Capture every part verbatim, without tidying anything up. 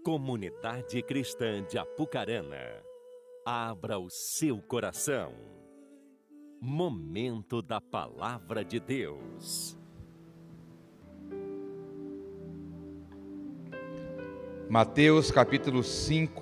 Comunidade Cristã de Apucarana, abra o seu coração. Momento da Palavra de Deus. Mateus capítulo cinco.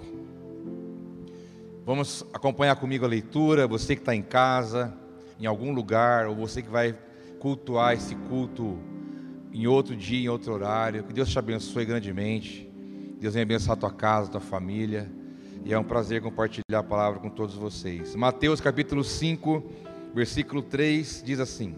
Vamos acompanhar comigo a leitura. Você que está em casa, em algum lugar, ou você que vai cultuar esse culto em outro dia, em outro horário. Que Deus te abençoe grandemente. Deus venha abençoar a tua casa, a tua família. E é um prazer compartilhar a palavra com todos vocês. Mateus capítulo cinco, versículo três, diz assim: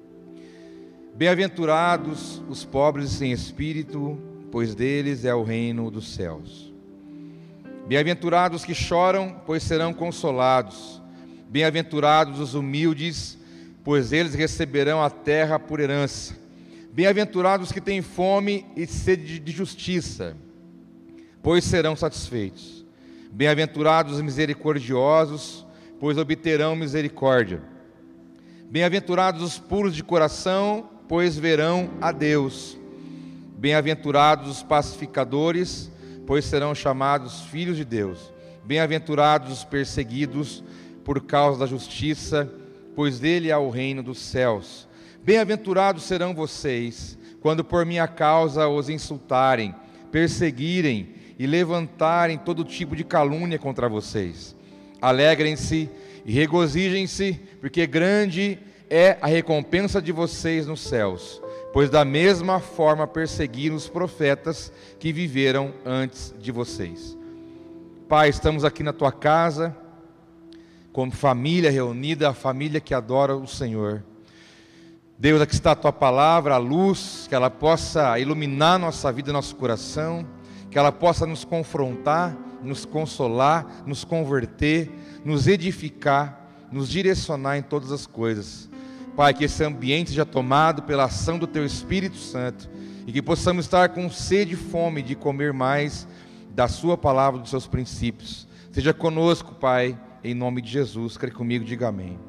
Bem-aventurados os pobres sem espírito, pois deles é o reino dos céus. Bem-aventurados que choram, pois serão consolados. Bem-aventurados os humildes, pois eles receberão a terra por herança. Bem-aventurados que têm fome e sede de justiça, pois serão satisfeitos. Bem-aventurados os misericordiosos, pois obterão misericórdia. Bem-aventurados os puros de coração, pois verão a Deus. Bem-aventurados os pacificadores, pois serão chamados filhos de Deus. Bem-aventurados os perseguidos por causa da justiça, pois dele é o reino dos céus. Bem-aventurados serão vocês, quando por minha causa os insultarem, perseguirem e levantarem todo tipo de calúnia contra vocês. Alegrem-se e regozijem-se, porque grande é a recompensa de vocês nos céus, pois da mesma forma perseguiram os profetas que viveram antes de vocês. Pai, estamos aqui na tua casa, como família reunida, a família que adora o Senhor. Deus, aqui está a tua palavra, a luz, que ela possa iluminar nossa vida, nosso coração, que ela possa nos confrontar, nos consolar, nos converter, nos edificar, nos direcionar em todas as coisas. Pai, que esse ambiente seja tomado pela ação do Teu Espírito Santo e que possamos estar com sede e fome de comer mais da Sua palavra, dos Seus princípios. Seja conosco, Pai, em nome de Jesus. Crê comigo, diga amém.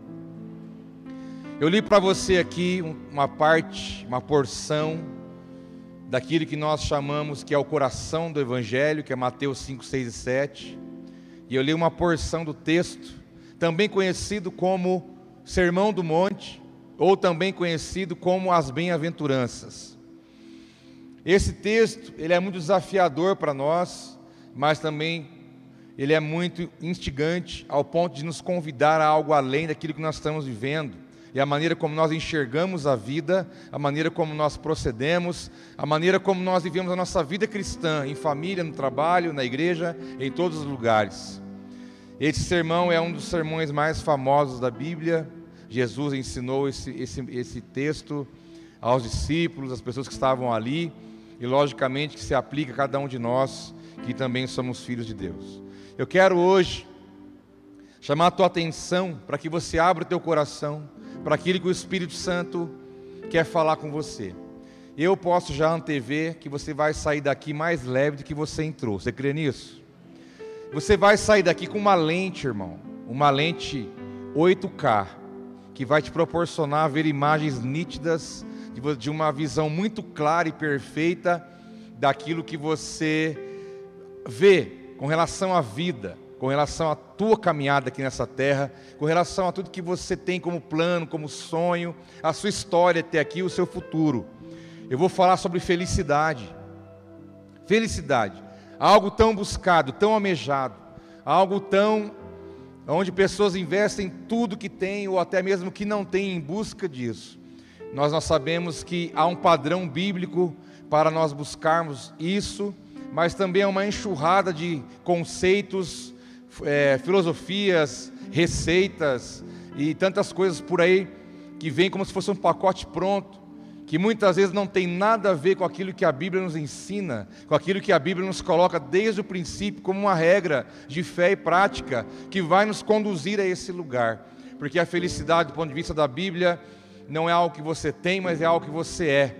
Eu li para você aqui uma parte, uma porção daquilo que nós chamamos que é o coração do Evangelho, que é Mateus cinco, seis e sete. E eu li uma porção do texto, também conhecido como Sermão do Monte, ou também conhecido como as Bem-aventuranças. Esse texto, ele é muito desafiador para nós, mas também ele é muito instigante, ao ponto de nos convidar a algo além daquilo que nós estamos vivendo. E a maneira como nós enxergamos a vida, a maneira como nós procedemos, a maneira como nós vivemos a nossa vida cristã, em família, no trabalho, na igreja, em todos os lugares. Esse sermão é um dos sermões mais famosos da Bíblia. Jesus ensinou esse, esse, esse texto aos discípulos, às pessoas que estavam ali, e logicamente que se aplica a cada um de nós, que também somos filhos de Deus. Eu quero hoje chamar a tua atenção para que você abra o teu coração para aquilo que o Espírito Santo quer falar com você. Eu posso já antever que você vai sair daqui mais leve do que você entrou. Você crê nisso? Você vai sair daqui com uma lente, irmão, uma lente oito K, que vai te proporcionar ver imagens nítidas, de uma visão muito clara e perfeita daquilo que você vê com relação à vida, com relação à tua caminhada aqui nessa terra, com relação a tudo que você tem como plano, como sonho, a sua história até aqui, o seu futuro. Eu vou falar sobre felicidade. Felicidade, algo tão buscado, tão almejado, algo tão, onde pessoas investem tudo que têm, ou até mesmo que não têm, em busca disso. Nós, nós sabemos que há um padrão bíblico para nós buscarmos isso, mas também é uma enxurrada de conceitos, É, filosofias, receitas e tantas coisas por aí que vem como se fosse um pacote pronto, que muitas vezes não tem nada a ver com aquilo que a Bíblia nos ensina, com aquilo que a Bíblia nos coloca desde o princípio como uma regra de fé e prática que vai nos conduzir a esse lugar. Porque a felicidade, do ponto de vista da Bíblia, não é algo que você tem, mas é algo que você é.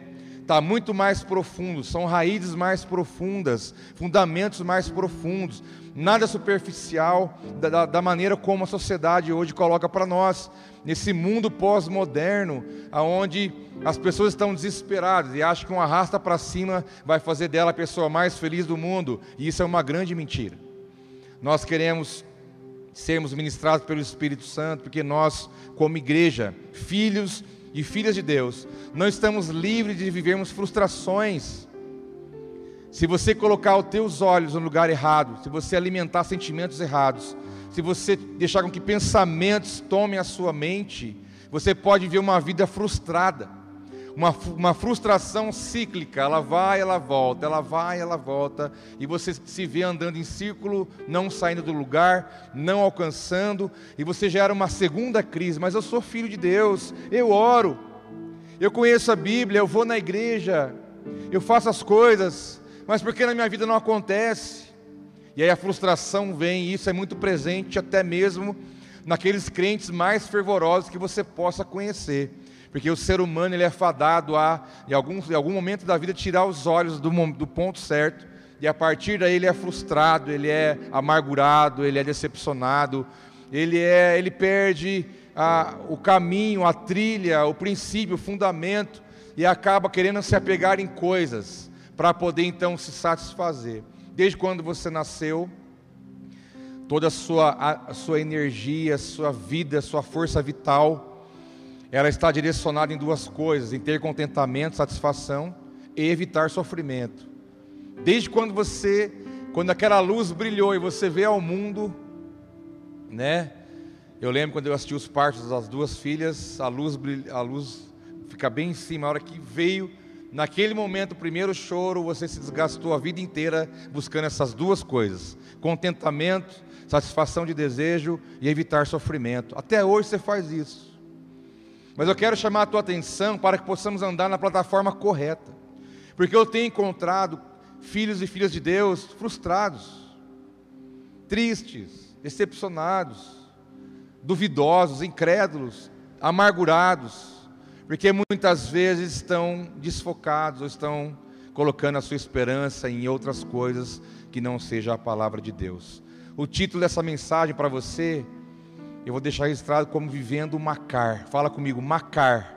está muito mais profundo, são raízes mais profundas, fundamentos mais profundos, nada superficial da, da maneira como a sociedade hoje coloca para nós, nesse mundo pós-moderno, onde as pessoas estão desesperadas e acham que um arrasta para cima vai fazer dela a pessoa mais feliz do mundo, e isso é uma grande mentira. Nós queremos sermos ministrados pelo Espírito Santo, porque nós, como igreja, filhos e filhas de Deus, não estamos livres de vivermos frustrações. Se você colocar os teus olhos no lugar errado, se você alimentar sentimentos errados, se você deixar com que pensamentos tomem a sua mente, você pode viver uma vida frustrada, uma, uma frustração cíclica. Ela vai, ela volta, ela vai, ela volta, e você se vê andando em círculo, não saindo do lugar, não alcançando, e você gera uma segunda crise. Mas eu sou filho de Deus, eu oro, eu conheço a Bíblia, eu vou na igreja, eu faço as coisas, mas por que na minha vida não acontece? E aí a frustração vem, e isso é muito presente até mesmo naqueles crentes mais fervorosos que você possa conhecer, porque o ser humano ele é fadado a, em algum, em algum momento da vida, tirar os olhos do, do ponto certo, e a partir daí ele é frustrado, ele é amargurado, ele é decepcionado, ele, é, ele perde a, o caminho, a trilha, o princípio, o fundamento, e acaba querendo se apegar em coisas, para poder então se satisfazer. Desde quando você nasceu, toda a sua, a, a sua energia, a sua vida, a sua força vital, ela está direcionada em duas coisas: em ter contentamento, satisfação e evitar sofrimento. Desde quando você, quando aquela luz brilhou e você veio ao mundo, né? Eu lembro quando eu assisti os partos das duas filhas, a luz, a luz fica bem em cima, a hora que veio, naquele momento, o primeiro choro, você se desgastou a vida inteira buscando essas duas coisas: contentamento, satisfação de desejo e evitar sofrimento. Até hoje você faz isso. Mas eu quero chamar a tua atenção para que possamos andar na plataforma correta, porque eu tenho encontrado filhos e filhas de Deus frustrados, tristes, decepcionados, duvidosos, incrédulos, amargurados, porque muitas vezes estão desfocados ou estão colocando a sua esperança em outras coisas que não seja a palavra de Deus. O título dessa mensagem para você, eu vou deixar registrado como Vivendo o Macar. Fala comigo, Macar.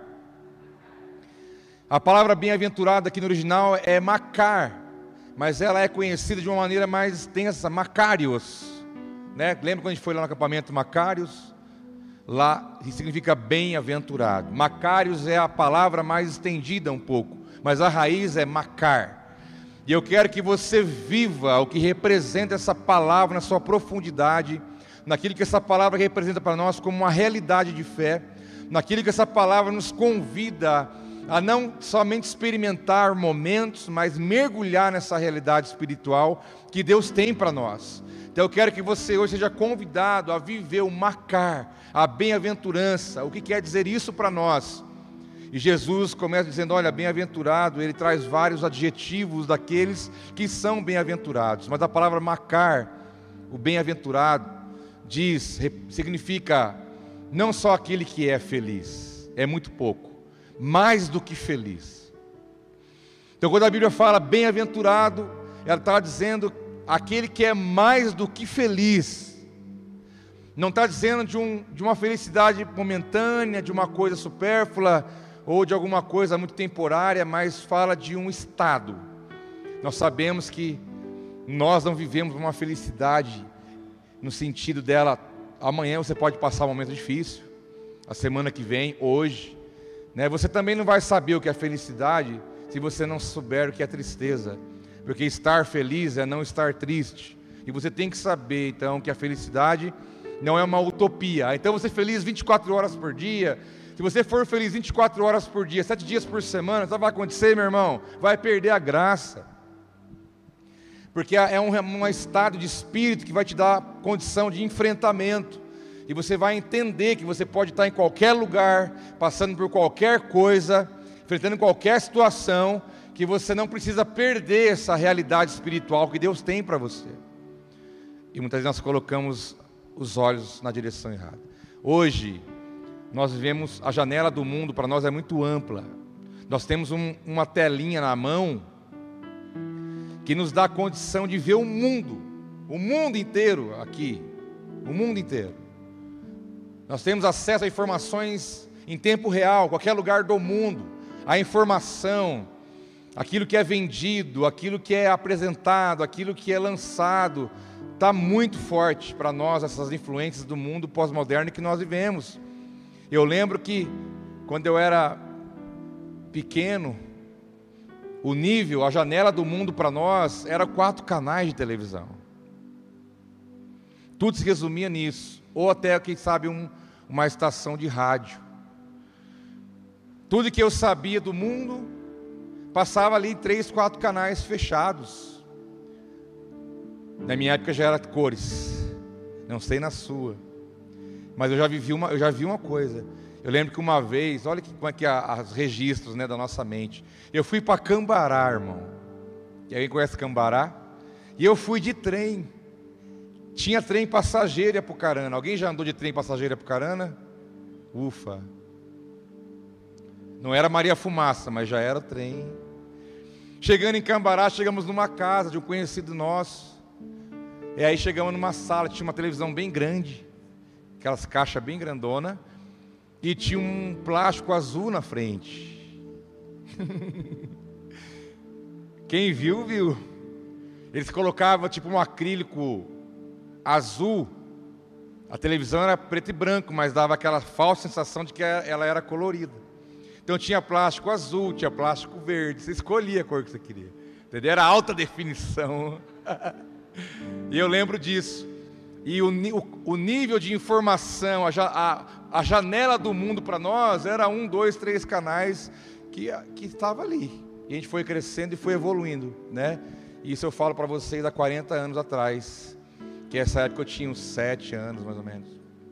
A palavra bem-aventurada aqui no original é Macar, mas ela é conhecida de uma maneira mais extensa, Macarios, né? Lembra quando a gente foi lá no acampamento Macarios? Lá significa bem-aventurado. Macarios é a palavra mais estendida um pouco, mas a raiz é Macar. E eu quero que você viva o que representa essa palavra na sua profundidade, naquilo que essa palavra representa para nós como uma realidade de fé, naquilo que essa palavra nos convida a não somente experimentar momentos, mas mergulhar nessa realidade espiritual que Deus tem para nós. Então eu quero que você hoje seja convidado a viver o Macar, a bem-aventurança. O que quer dizer isso para nós? E Jesus começa dizendo, olha, bem-aventurado, ele traz vários adjetivos daqueles que são bem-aventurados, mas a palavra Macar, o bem-aventurado, diz, significa não só aquele que é feliz, é muito pouco, mais do que feliz. Então quando a Bíblia fala bem-aventurado, ela está dizendo aquele que é mais do que feliz. Não está dizendo de, um, de uma felicidade momentânea, de uma coisa supérflua, ou de alguma coisa muito temporária, mas fala de um estado. Nós sabemos que nós não vivemos uma felicidade no sentido dela, amanhã você pode passar um momento difícil, a semana que vem, hoje, né? Você também não vai saber o que é felicidade se você não souber o que é tristeza, porque estar feliz é não estar triste, e você tem que saber então que a felicidade não é uma utopia. Então você é feliz vinte e quatro horas por dia. Se você for feliz vinte e quatro horas por dia, sete dias por semana, sabe o que vai acontecer, meu irmão? Vai perder a graça. Porque é um, um estado de espírito que vai te dar condição de enfrentamento. E você vai entender que você pode estar em qualquer lugar, passando por qualquer coisa, enfrentando qualquer situação, que você não precisa perder essa realidade espiritual que Deus tem para você. E muitas vezes nós colocamos os olhos na direção errada. Hoje, nós vivemos, a janela do mundo para nós é muito ampla. Nós temos um, uma telinha na mão que nos dá a condição de ver o mundo, o mundo inteiro aqui, o mundo inteiro. Nós temos acesso a informações em tempo real, qualquer lugar do mundo, a informação, aquilo que é vendido, aquilo que é apresentado, aquilo que é lançado, está muito forte para nós, essas influências do mundo pós-moderno que nós vivemos. Eu lembro que, quando eu era pequeno, o nível, a janela do mundo para nós, era quatro canais de televisão. Tudo se resumia nisso, ou até, quem sabe, um, uma estação de rádio. Tudo que eu sabia do mundo, passava ali em três, quatro canais fechados. Na minha época já era cores, não sei na sua, mas eu já vivi uma, eu já vi uma coisa. Eu lembro que uma vez, olha que, como é que é os registros, né, da nossa mente. Eu fui para Cambará, irmão. E alguém conhece Cambará? E eu fui de trem. Tinha trem passageiro em Apucarana. Alguém já andou de trem passageiro em Apucarana? Ufa. Não era Maria Fumaça, mas já era o trem. Chegando em Cambará, chegamos numa casa de um conhecido nosso. E aí chegamos numa sala, tinha uma televisão bem grande, aquelas caixas bem grandona, e tinha um plástico azul na frente. Quem viu, viu. Eles colocavam tipo um acrílico azul. A televisão era preto e branco, mas dava aquela falsa sensação de que ela era colorida. Então tinha plástico azul, tinha plástico verde. Você escolhia a cor que você queria, entendeu? Era alta definição. E eu lembro disso. E o, o, o nível de informação, a, a, a janela do mundo para nós era um, dois, três canais que, que estava ali. E a gente foi crescendo e foi evoluindo, né? Isso eu falo para vocês há quarenta anos atrás, que essa época eu tinha uns sete anos mais ou menos.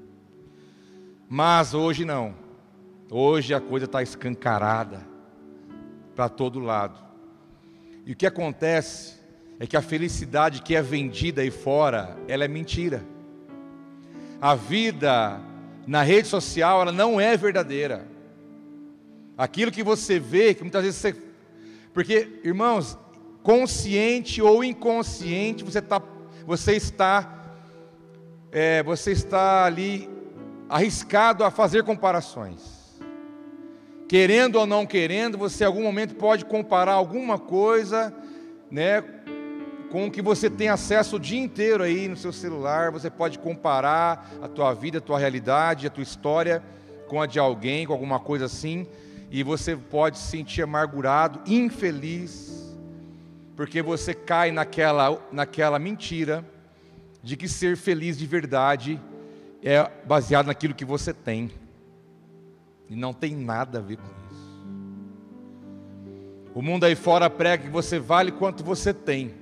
Mas hoje não. Hoje a coisa está escancarada para todo lado. E o que acontece é que a felicidade que é vendida aí fora, ela é mentira. A vida na rede social, ela não é verdadeira. Aquilo que você vê, que muitas vezes você... Porque, irmãos, consciente ou inconsciente, você, tá, você está, é, você está ali arriscado a fazer comparações. Querendo ou não querendo, você em algum momento pode comparar alguma coisa, né, com o que você tem acesso o dia inteiro aí no seu celular. Você pode comparar a tua vida, a tua realidade, a tua história com a de alguém, com alguma coisa assim, e você pode se sentir amargurado, infeliz, porque você cai naquela, naquela mentira de que ser feliz de verdade é baseado naquilo que você tem. E não tem nada a ver com isso. O mundo aí fora prega que você vale quanto você tem.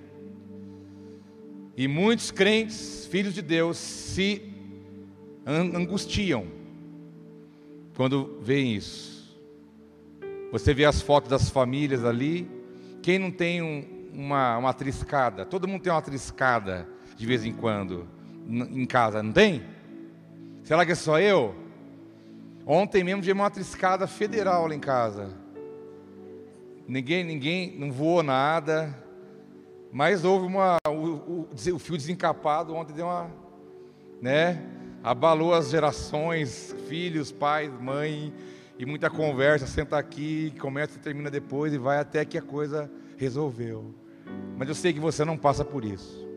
E muitos crentes, filhos de Deus, se angustiam quando veem isso. Você vê as fotos das famílias ali. Quem não tem um, uma, uma triscada? Todo mundo tem uma triscada de vez em quando em casa, não tem? Será que é só eu? Ontem mesmo tive uma triscada federal lá em casa. Ninguém, ninguém, não voou nada. Mas houve uma, o, o, o fio desencapado ontem deu uma, né? Abalou as gerações, filhos, pais, mãe, e muita conversa, senta aqui, começa e termina depois, e vai até que a coisa resolveu. Mas eu sei que você não passa por isso.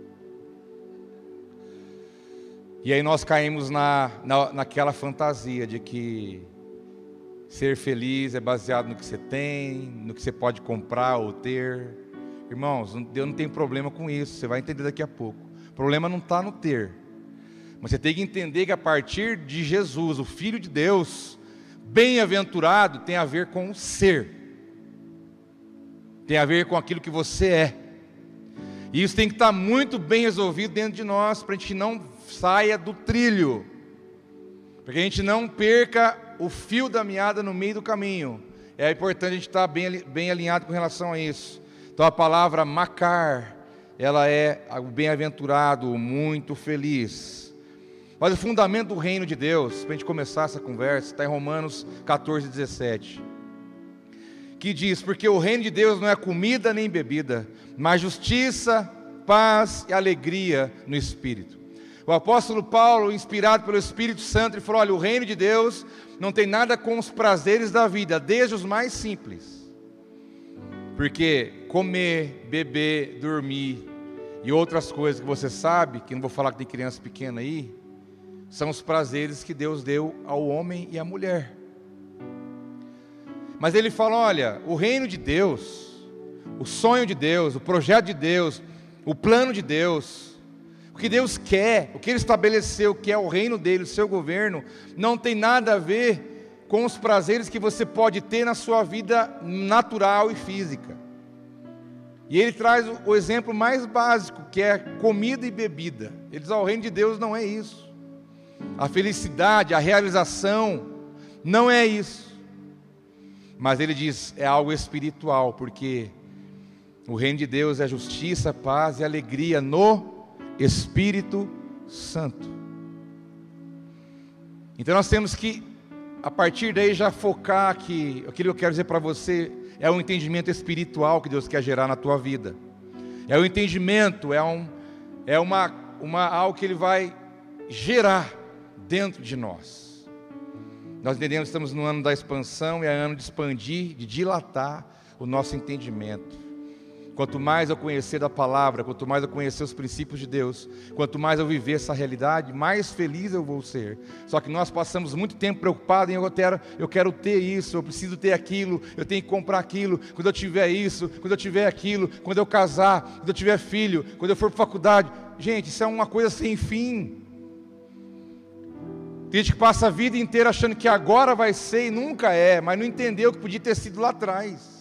E aí nós caímos na, na, naquela fantasia de que ser feliz é baseado no que você tem, no que você pode comprar ou ter. Irmãos, Deus não tem problema com isso, você vai entender daqui a pouco. O problema não está no ter, mas você tem que entender que a partir de Jesus, o Filho de Deus, bem-aventurado, tem a ver com o ser, tem a ver com aquilo que você é. E isso tem que estar muito bem resolvido dentro de nós, para a gente não saia do trilho, para que a gente não perca o fio da meada no meio do caminho. É importante a gente estar bem, bem alinhado com relação a isso. Então a palavra macar, ela é o bem-aventurado, o muito feliz. Mas o fundamento do reino de Deus, para a gente começar essa conversa, está em Romanos catorze, dezessete. que diz: porque o reino de Deus não é comida nem bebida, mas justiça, paz e alegria no Espírito. O apóstolo Paulo, inspirado pelo Espírito Santo, ele falou: olha, o reino de Deus não tem nada com os prazeres da vida, desde os mais simples. Porque comer, beber, dormir e outras coisas que você sabe, que não vou falar que tem criança pequena aí, são os prazeres que Deus deu ao homem e à mulher. Mas ele fala: olha, o reino de Deus, o sonho de Deus, o projeto de Deus, o plano de Deus, o que Deus quer, o que Ele estabeleceu, que é o reino dele, o seu governo, não tem nada a ver com os prazeres que você pode ter na sua vida natural e física. E ele traz o exemplo mais básico, que é comida e bebida. Ele diz: o reino de Deus não é isso. A felicidade, a realização, não é isso. Mas ele diz, é algo espiritual, porque o reino de Deus é justiça, paz e alegria no Espírito Santo. Então nós temos que, a partir daí, já focar que aquilo que eu quero dizer para você é um entendimento espiritual que Deus quer gerar na tua vida. É um entendimento, é, um, é uma, uma, algo que Ele vai gerar dentro de nós. Nós entendemos que estamos no ano da expansão, e é ano de expandir, de dilatar o nosso entendimento. Quanto mais eu conhecer da palavra, quanto mais eu conhecer os princípios de Deus, quanto mais eu viver essa realidade, mais feliz eu vou ser. Só que nós passamos muito tempo preocupados em eu quero, eu quero ter isso, eu preciso ter aquilo, eu tenho que comprar aquilo, quando eu tiver isso, quando eu tiver aquilo, quando eu casar, quando eu tiver filho, quando eu for para a faculdade. Gente, isso é uma coisa sem fim. Tem gente que passa a vida inteira achando que agora vai ser e nunca é, mas não entendeu que podia ter sido lá atrás.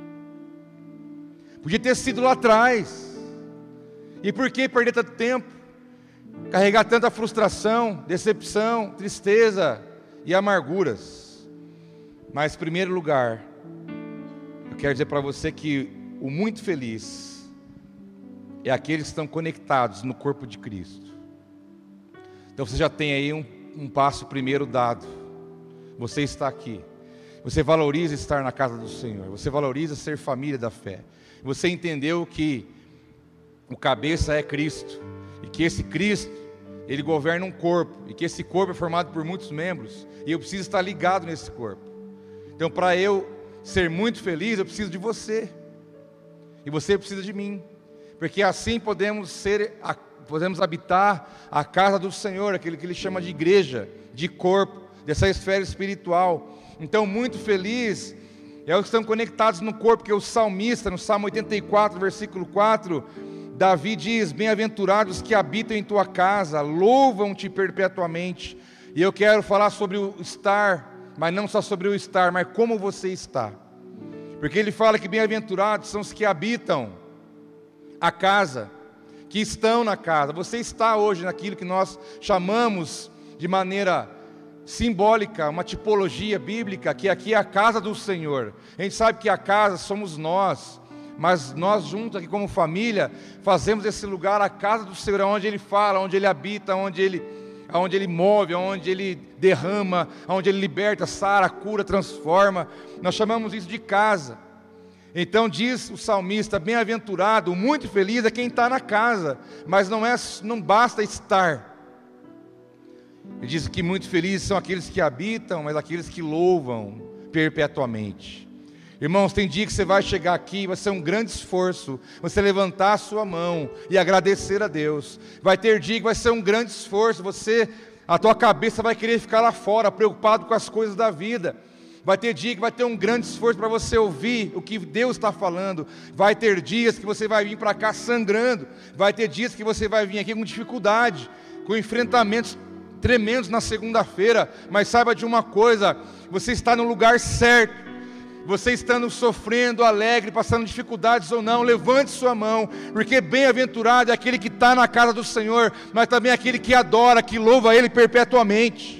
Podia ter sido lá atrás. E por que perder tanto tempo? Carregar tanta frustração, decepção, tristeza e amarguras. Mas, em primeiro lugar, eu quero dizer para você que o muito feliz é aqueles que estão conectados no corpo de Cristo. Então você já tem aí um Um passo primeiro dado. Você está aqui. Você valoriza estar na casa do Senhor. Você valoriza ser família da fé. Você entendeu que o cabeça é Cristo. E que esse Cristo, Ele governa um corpo. E que esse corpo é formado por muitos membros. E eu preciso estar ligado nesse corpo. Então, para eu ser muito feliz, eu preciso de você. E você precisa de mim. Porque assim podemos ser a podemos habitar a casa do Senhor, aquele que Ele chama de igreja, de corpo, dessa esfera espiritual. Então, muito feliz é os que estão conectados no corpo, porque o salmista, no Salmo oitenta e quatro, versículo quatro, Davi diz: bem-aventurados que habitam em tua casa, louvam-te perpetuamente. E eu quero falar sobre o estar, mas não só sobre o estar, mas como você está. Porque ele fala que bem-aventurados são os que habitam a casa, que estão na casa. Você está hoje naquilo que nós chamamos de maneira simbólica, uma tipologia bíblica, que aqui é a casa do Senhor. A gente sabe que a casa somos nós, mas nós juntos aqui como família, fazemos esse lugar a casa do Senhor, onde Ele fala, onde Ele habita, onde Ele, onde Ele move, onde Ele derrama, onde Ele liberta, sara, cura, transforma. Nós chamamos isso de casa. Então diz o salmista: bem-aventurado, muito feliz é quem está na casa, mas não, é, não basta estar. Ele diz que muito felizes são aqueles que habitam, mas aqueles que louvam perpetuamente. Irmãos, tem dia que você vai chegar aqui, vai ser um grande esforço você levantar a sua mão e agradecer a Deus. Vai ter dia que vai ser um grande esforço, você, a tua cabeça vai querer ficar lá fora, preocupado com as coisas da vida. Vai ter dia que vai ter um grande esforço para você ouvir o que Deus está falando. Vai ter dias que você vai vir para cá sangrando. Vai ter dias que você vai vir aqui com dificuldade, com enfrentamentos tremendos na segunda-feira. Mas saiba de uma coisa: você está no lugar certo. Você estando sofrendo, alegre, passando dificuldades ou não, levante sua mão, porque bem-aventurado é aquele que está na casa do Senhor, mas também aquele que adora, que louva Ele perpetuamente.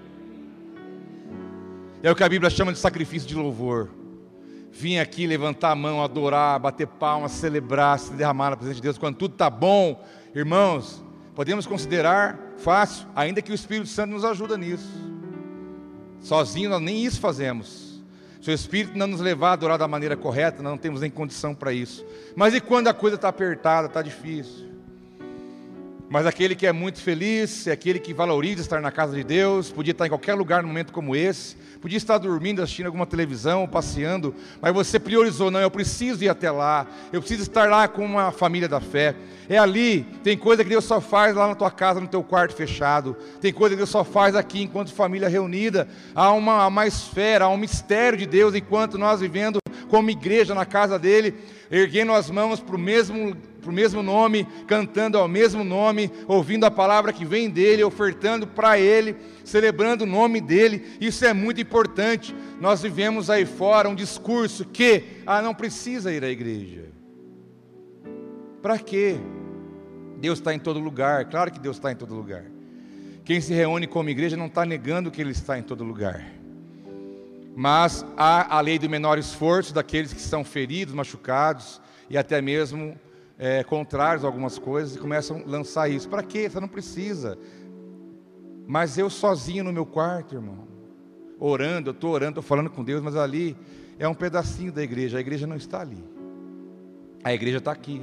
É o que a Bíblia chama de sacrifício de louvor. Vim aqui levantar a mão, adorar, bater palmas, celebrar, se derramar na presença de Deus, quando tudo está bom. Irmãos, podemos considerar fácil, ainda que o Espírito Santo nos ajuda nisso. Sozinho nós nem isso fazemos. Se o Espírito não nos levar a adorar da maneira correta, nós não temos nem condição para isso. Mas e quando a coisa está apertada, está difícil? Mas aquele que é muito feliz, é aquele que valoriza estar na casa de Deus, podia estar em qualquer lugar num momento como esse, podia estar dormindo, assistindo alguma televisão, passeando, mas você priorizou, não, eu preciso ir até lá, eu preciso estar lá com uma família da fé. É ali, tem coisa que Deus só faz lá na tua casa, no teu quarto fechado, tem coisa que Deus só faz aqui enquanto família reunida. Há uma, há uma esfera, há um mistério de Deus enquanto nós vivendo como igreja na casa dele, erguendo as mãos para o mesmo, para o mesmo nome, cantando ao mesmo nome, ouvindo a palavra que vem dele, ofertando para ele, celebrando o nome dele. Isso é muito importante. Nós vivemos aí fora um discurso que, ah, não precisa ir à igreja. Para quê? Deus está em todo lugar. Claro que Deus está em todo lugar. Quem se reúne como igreja não está negando que Ele está em todo lugar. Mas há a lei do menor esforço daqueles que são feridos, machucados e até mesmo é, contrários a algumas coisas, e começam a lançar isso. Para quê? Você não precisa. Mas eu sozinho no meu quarto, irmão, orando, eu estou orando, estou falando com Deus, mas ali é um pedacinho da igreja. A igreja não está ali. A igreja está aqui.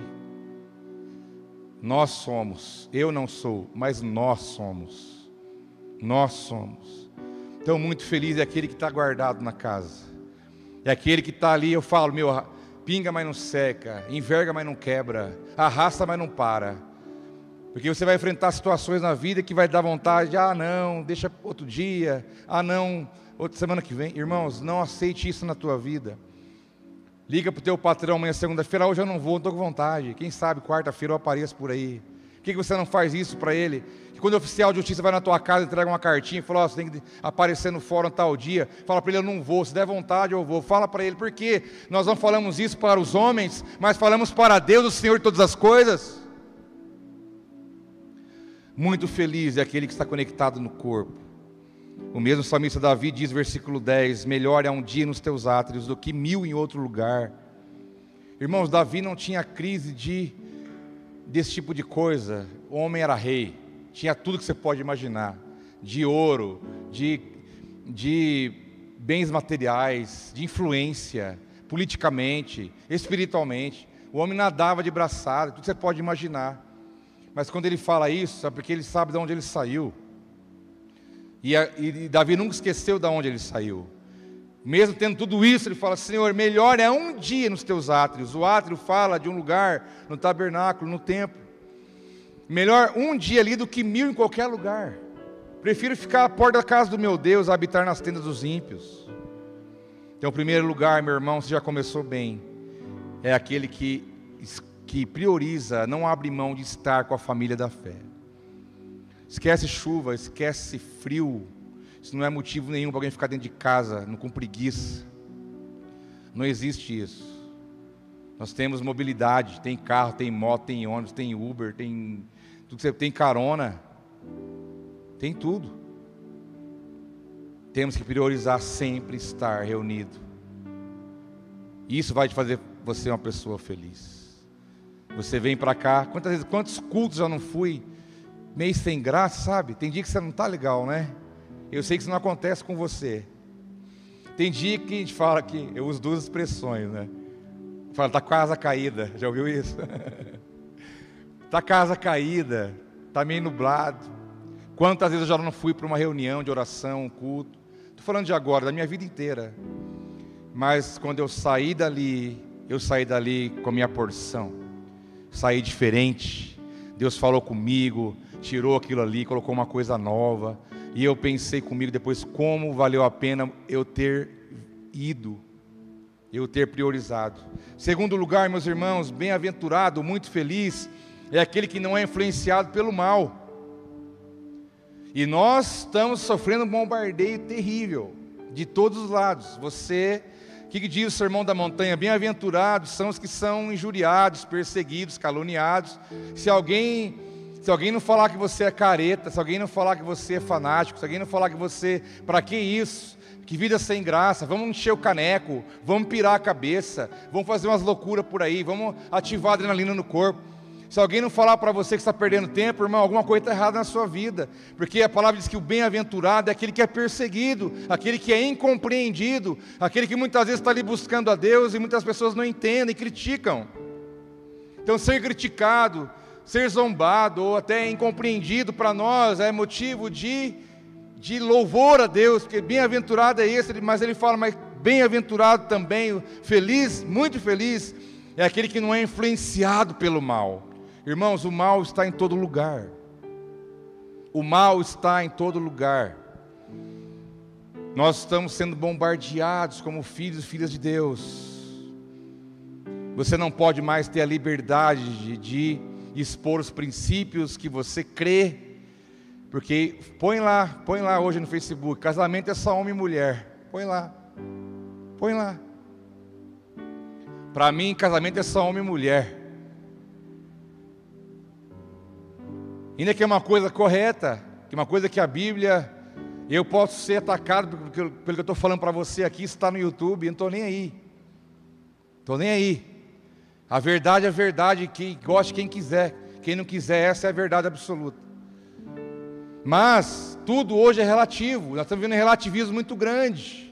Nós somos, eu não sou, mas nós somos. Nós somos. Então, muito feliz é aquele que está guardado na casa. É aquele que está ali, eu falo, meu, pinga, mas não seca, enverga, mas não quebra, arrasta, mas não para. Porque você vai enfrentar situações na vida que vai dar vontade, ah não, deixa outro dia, ah não, outra semana que vem. Irmãos, não aceite isso na tua vida. Liga para o teu patrão amanhã, segunda-feira, hoje eu não vou, não estou com vontade. Quem sabe quarta-feira eu apareço por aí. Por que você não faz isso para ele? Que quando o oficial de justiça vai na tua casa e entrega uma cartinha e fala, oh, você tem que aparecer no fórum tal dia, fala para ele, eu não vou, se der vontade eu vou. Fala para ele, por quê? Nós não falamos isso para os homens, mas falamos para Deus, o Senhor de todas as coisas. Muito feliz é aquele que está conectado no corpo. O mesmo salmista Davi diz, versículo dez, melhor é um dia nos teus átrios do que mil em outro lugar. Irmãos, Davi não tinha crise de, desse tipo de coisa. O homem era rei, tinha tudo que você pode imaginar, de ouro, de, de bens materiais, de influência, politicamente, espiritualmente. O homem nadava de braçada, tudo que você pode imaginar. Mas quando ele fala isso, é porque ele sabe de onde ele saiu. E, a, e Davi nunca esqueceu de onde ele saiu. Mesmo tendo tudo isso, ele fala, Senhor, melhor é um dia nos teus átrios. O átrio fala de um lugar, no tabernáculo, no templo. Melhor um dia ali do que mil em qualquer lugar. Prefiro ficar à porta da casa do meu Deus, a habitar nas tendas dos ímpios. Então, o primeiro lugar, meu irmão, você já começou bem. É aquele que, que prioriza, não abre mão de estar com a família da fé. Esquece chuva, esquece frio. Isso não é motivo nenhum para alguém ficar dentro de casa, com preguiça. Não existe isso. Nós temos mobilidade, tem carro, tem moto, tem ônibus, tem Uber, tem tudo que você tem, carona. Tem tudo. Temos que priorizar sempre estar reunido. Isso vai te fazer você uma pessoa feliz. Você vem para cá, quantas vezes, quantos cultos já não fui? Meio sem graça, sabe? Tem dia que você não está legal, né? Eu sei que isso não acontece com você. Tem dia que a gente fala que, eu uso duas expressões, né? Fala, está com a asa caída, já ouviu isso? Está com a asa caída, está meio nublado. Quantas vezes eu já não fui para uma reunião de oração, um culto? Estou falando de agora, da minha vida inteira. Mas quando eu saí dali, eu saí dali com a minha porção. Saí diferente. Deus falou comigo, tirou aquilo ali, colocou uma coisa nova. E eu pensei comigo depois como valeu a pena eu ter ido, eu ter priorizado. Segundo lugar, meus irmãos, bem-aventurado, muito feliz, é aquele que não é influenciado pelo mal. E nós estamos sofrendo um bombardeio terrível, de todos os lados. Você, o que diz o Sermão da Montanha? Bem-aventurados são os que são injuriados, perseguidos, caluniados. Se alguém... Se alguém não falar que você é careta, se alguém não falar que você é fanático, se alguém não falar que você... Para que isso? Que vida sem graça, vamos encher o caneco, vamos pirar a cabeça, vamos fazer umas loucuras por aí, vamos ativar a adrenalina no corpo. Se alguém não falar para você que está perdendo tempo, irmão, alguma coisa está errada na sua vida. Porque a palavra diz que o bem-aventurado é aquele que é perseguido, aquele que é incompreendido, aquele que muitas vezes está ali buscando a Deus e muitas pessoas não entendem e criticam. Então, ser criticado, ser zombado ou até incompreendido para nós é motivo de, de louvor a Deus, porque bem-aventurado é esse, mas ele fala, mas bem-aventurado também, feliz, muito feliz, é aquele que não é influenciado pelo mal. Irmãos, o mal está em todo lugar. O mal está em todo lugar. Nós estamos sendo bombardeados como filhos e filhas de Deus. Você não pode mais ter a liberdade de, de expor os princípios que você crê. Porque põe lá, põe lá hoje no Facebook, casamento é só homem e mulher. Põe lá, põe lá. Para mim, casamento é só homem e mulher. Ainda que é uma coisa correta, que é uma coisa que a Bíblia, eu posso ser atacado pelo que eu estou falando para você aqui, está no YouTube, eu não estou nem aí. Estou nem aí. A verdade é a verdade, quem goste, quem quiser. Quem não quiser, essa é a verdade absoluta. Mas, tudo hoje é relativo, nós estamos vendo um relativismo muito grande.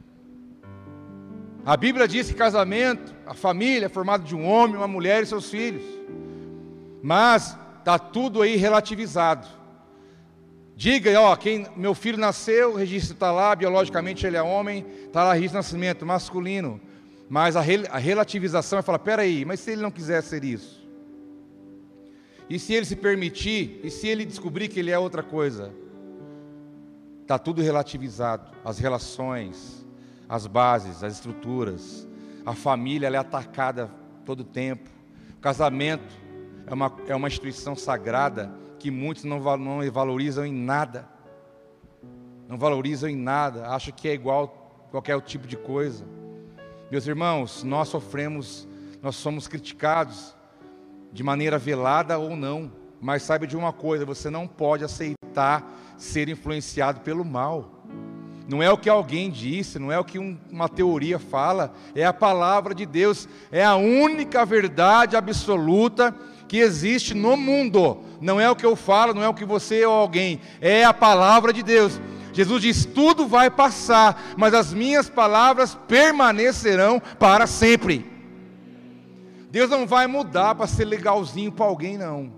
A Bíblia diz que casamento, a família é formada de um homem, uma mulher e seus filhos. Mas está tudo aí relativizado. Diga, ó, quem, meu filho nasceu, o registro está lá, biologicamente ele é homem, está lá registro de nascimento, masculino. Mas a, rel, a relativização é falar, peraí, mas se ele não quiser ser isso? E se ele se permitir? E se ele descobrir que ele é outra coisa? Está tudo relativizado. As relações, as bases, as estruturas. A família ela é atacada todo tempo. O casamento É uma, é uma instituição sagrada que muitos não, não valorizam em nada. Não valorizam em nada. Acham que é igual a qualquer tipo de coisa. Meus irmãos, nós sofremos, nós somos criticados de maneira velada ou não. Mas saiba de uma coisa, você não pode aceitar ser influenciado pelo mal. Não é o que alguém disse, não é o que um, uma teoria fala, é a palavra de Deus. É a única verdade absoluta que existe no mundo. Não é o que eu falo, não é o que você ou alguém, é a palavra de Deus. Jesus diz, tudo vai passar, mas as minhas palavras permanecerão para sempre. Deus não vai mudar para ser legalzinho para alguém, não.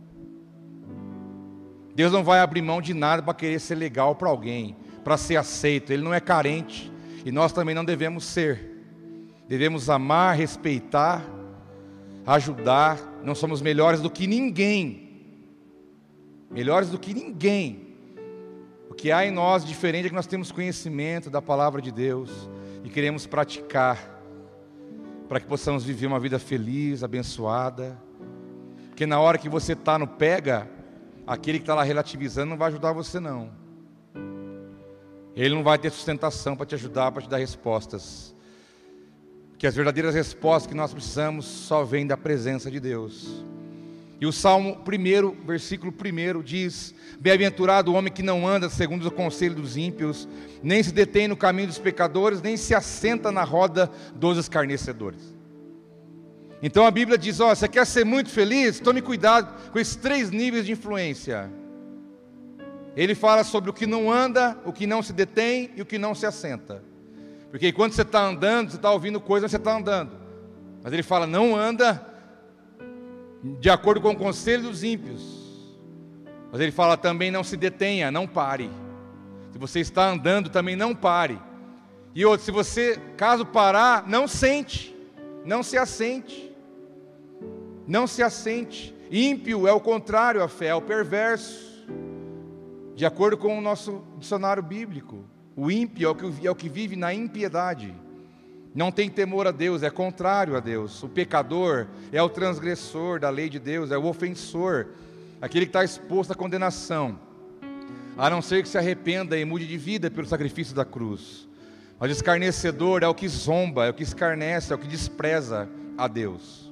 Deus não vai abrir mão de nada para querer ser legal para alguém, para ser aceito. Ele não é carente, e nós também não devemos ser. Devemos amar, respeitar, ajudar. Não somos melhores do que ninguém, melhores do que ninguém. O que há em nós diferente é que nós temos conhecimento da palavra de Deus e queremos praticar, para que possamos viver uma vida feliz, abençoada. Porque na hora que você está no pega, aquele que está lá relativizando não vai ajudar você não. Ele não vai ter sustentação para te ajudar, para te dar respostas. Que as verdadeiras respostas que nós precisamos só vêm da presença de Deus. E o Salmo primeiro, versículo primeiro diz, bem-aventurado o homem que não anda segundo o conselho dos ímpios, nem se detém no caminho dos pecadores, nem se assenta na roda dos escarnecedores. Então a Bíblia diz, ó, você quer ser muito feliz? Tome cuidado com esses três níveis de influência. Ele fala sobre o que não anda, o que não se detém e o que não se assenta. Porque quando você está andando, você está ouvindo coisas, você está andando. Mas ele fala, não anda de acordo com o conselho dos ímpios. Mas ele fala também, não se detenha, não pare. Se você está andando, também não pare. E outro, se você, caso parar, não sente, não se assente. Não se assente. Ímpio é o contrário à fé, é o perverso. De acordo com o nosso dicionário bíblico. O ímpio é o, que, é o que vive na impiedade, não tem temor a Deus, é contrário a Deus. O pecador é o transgressor da lei de Deus, é o ofensor, aquele que está exposto à condenação, a não ser que se arrependa e mude de vida pelo sacrifício da cruz. Mas o escarnecedor é o que zomba, é o que escarnece, é o que despreza a Deus.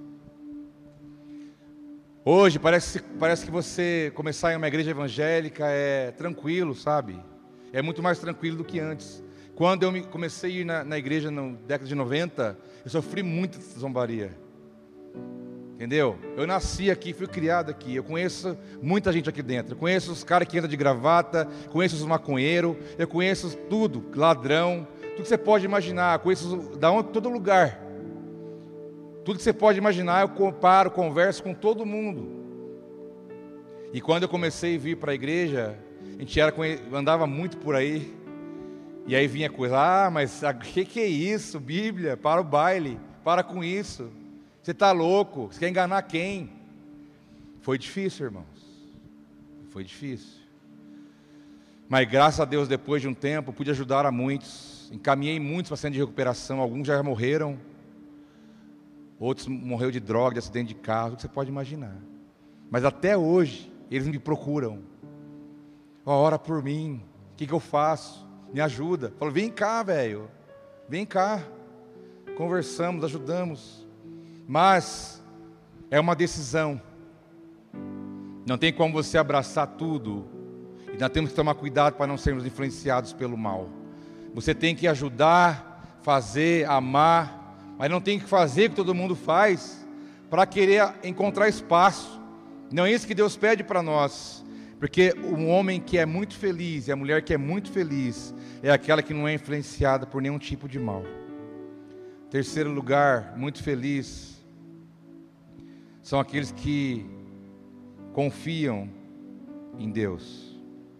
Hoje parece, parece que você começar em uma igreja evangélica é tranquilo, sabe? É muito mais tranquilo do que antes. Quando eu comecei a ir na, na igreja na década de noventa, eu sofri muita zombaria. Entendeu? Eu nasci aqui, fui criado aqui. Eu conheço muita gente aqui dentro. Eu conheço os caras que andam de gravata, conheço os maconheiros, eu conheço tudo, ladrão, tudo que você pode imaginar. Eu conheço da onde, todo lugar. Tudo que você pode imaginar, eu comparo, converso com todo mundo. E quando eu comecei a vir para a igreja, a gente era, andava muito por aí. E aí vinha coisa, ah, mas o que, que é isso? Bíblia, para o baile, para com isso. Você está louco? Você quer enganar quem? Foi difícil, irmãos. Foi difícil. Mas graças a Deus, depois de um tempo, pude ajudar a muitos. Encaminhei muitos para centro de recuperação. Alguns já morreram. Outros morreram de droga, de acidente de carro, o que você pode imaginar. Mas até hoje, eles me procuram. Oh, ora por mim. O que, que eu faço? Me ajuda. Falo, vem cá, velho. Vem cá. Conversamos, ajudamos. Mas é uma decisão. Não tem como você abraçar tudo. E nós temos que tomar cuidado para não sermos influenciados pelo mal. Você tem que ajudar, fazer, amar, mas não tem que fazer o que todo mundo faz para querer encontrar espaço. Não é isso que Deus pede para nós. Porque o homem que é muito feliz e a mulher que é muito feliz é aquela que não é influenciada por nenhum tipo de mal. Terceiro lugar, muito feliz, são aqueles que confiam em Deus.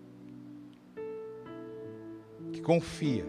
Que confia.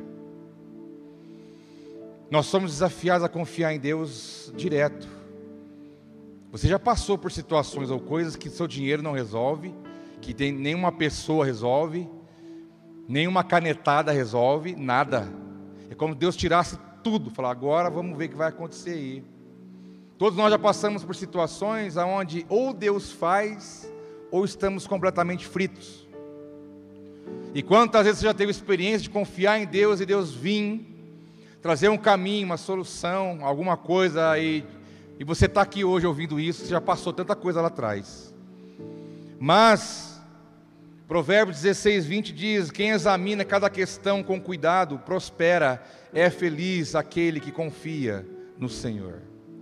Nós somos desafiados a confiar em Deus direto. Você já passou por situações ou coisas que seu dinheiro não resolve, que tem, nenhuma pessoa resolve, nenhuma canetada resolve, nada. É como se Deus tirasse tudo, falar, agora vamos ver o que vai acontecer aí. Todos nós já passamos por situações onde ou Deus faz, ou estamos completamente fritos. E quantas vezes você já teve experiência de confiar em Deus e Deus vir, trazer um caminho, uma solução, alguma coisa, e, e você está aqui hoje ouvindo isso, você já passou tanta coisa lá atrás. Mas, Provérbios dezesseis, vinte diz, quem examina cada questão com cuidado, prospera, é feliz aquele que confia no Senhor.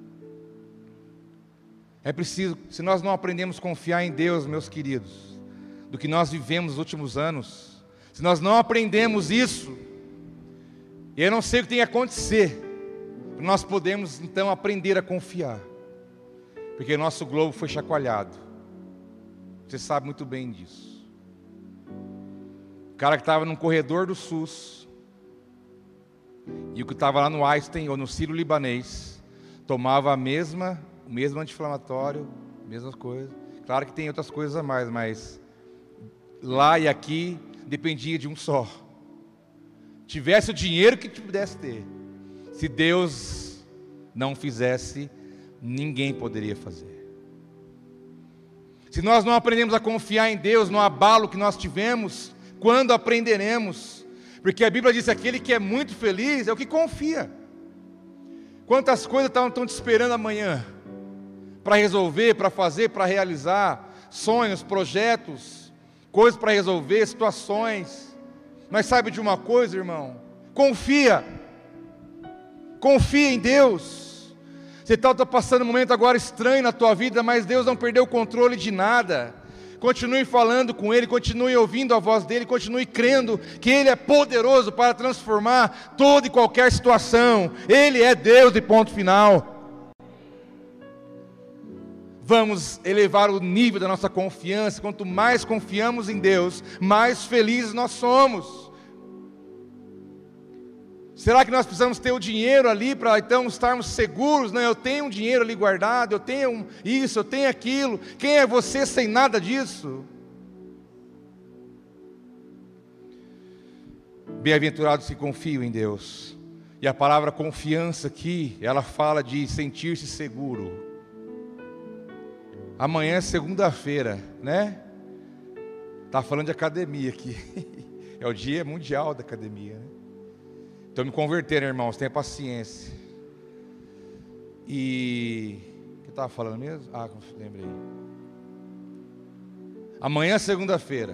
É preciso, se nós não aprendemos a confiar em Deus, meus queridos, do que nós vivemos nos últimos anos, se nós não aprendemos isso, e eu não sei o que tem que acontecer, nós podemos então aprender a confiar, porque nosso globo foi chacoalhado, você sabe muito bem disso. O cara que estava no corredor do SUS, e o que estava lá no Einstein ou no Sírio-Libanês, tomava a mesma o mesmo anti-inflamatório, mesmas coisas. Claro que tem outras coisas a mais, mas lá e aqui dependia de um só. Tivesse o dinheiro que pudesse ter. Se Deus não fizesse, ninguém poderia fazer. Se nós não aprendemos a confiar em Deus, no abalo que nós tivemos, quando aprenderemos? Porque a Bíblia diz que aquele que é muito feliz é o que confia. Quantas coisas estão te esperando amanhã? Para resolver, para fazer, para realizar, sonhos, projetos, coisas para resolver, situações. Mas sabe de uma coisa, irmão? Confia, confia em Deus. Você está passando um momento agora estranho na tua vida, mas Deus não perdeu o controle de nada. Continue falando com Ele, continue ouvindo a voz dEle, continue crendo que Ele é poderoso para transformar toda e qualquer situação. Ele é Deus e ponto final. Vamos elevar o nível da nossa confiança. Quanto mais confiamos em Deus, mais felizes nós somos. Será que nós precisamos ter o dinheiro ali para então estarmos seguros? Não, eu tenho um dinheiro ali guardado, eu tenho isso, eu tenho aquilo. Quem é você sem nada disso? Bem-aventurados que confiam em Deus. E a palavra confiança aqui, ela fala de sentir-se seguro. Amanhã é segunda-feira, né? Tá falando de academia aqui. É o dia mundial da academia, né? Estou me convertendo, irmãos, tenha paciência. E... o que eu estava falando mesmo? Ah, lembrei. Amanhã é segunda-feira.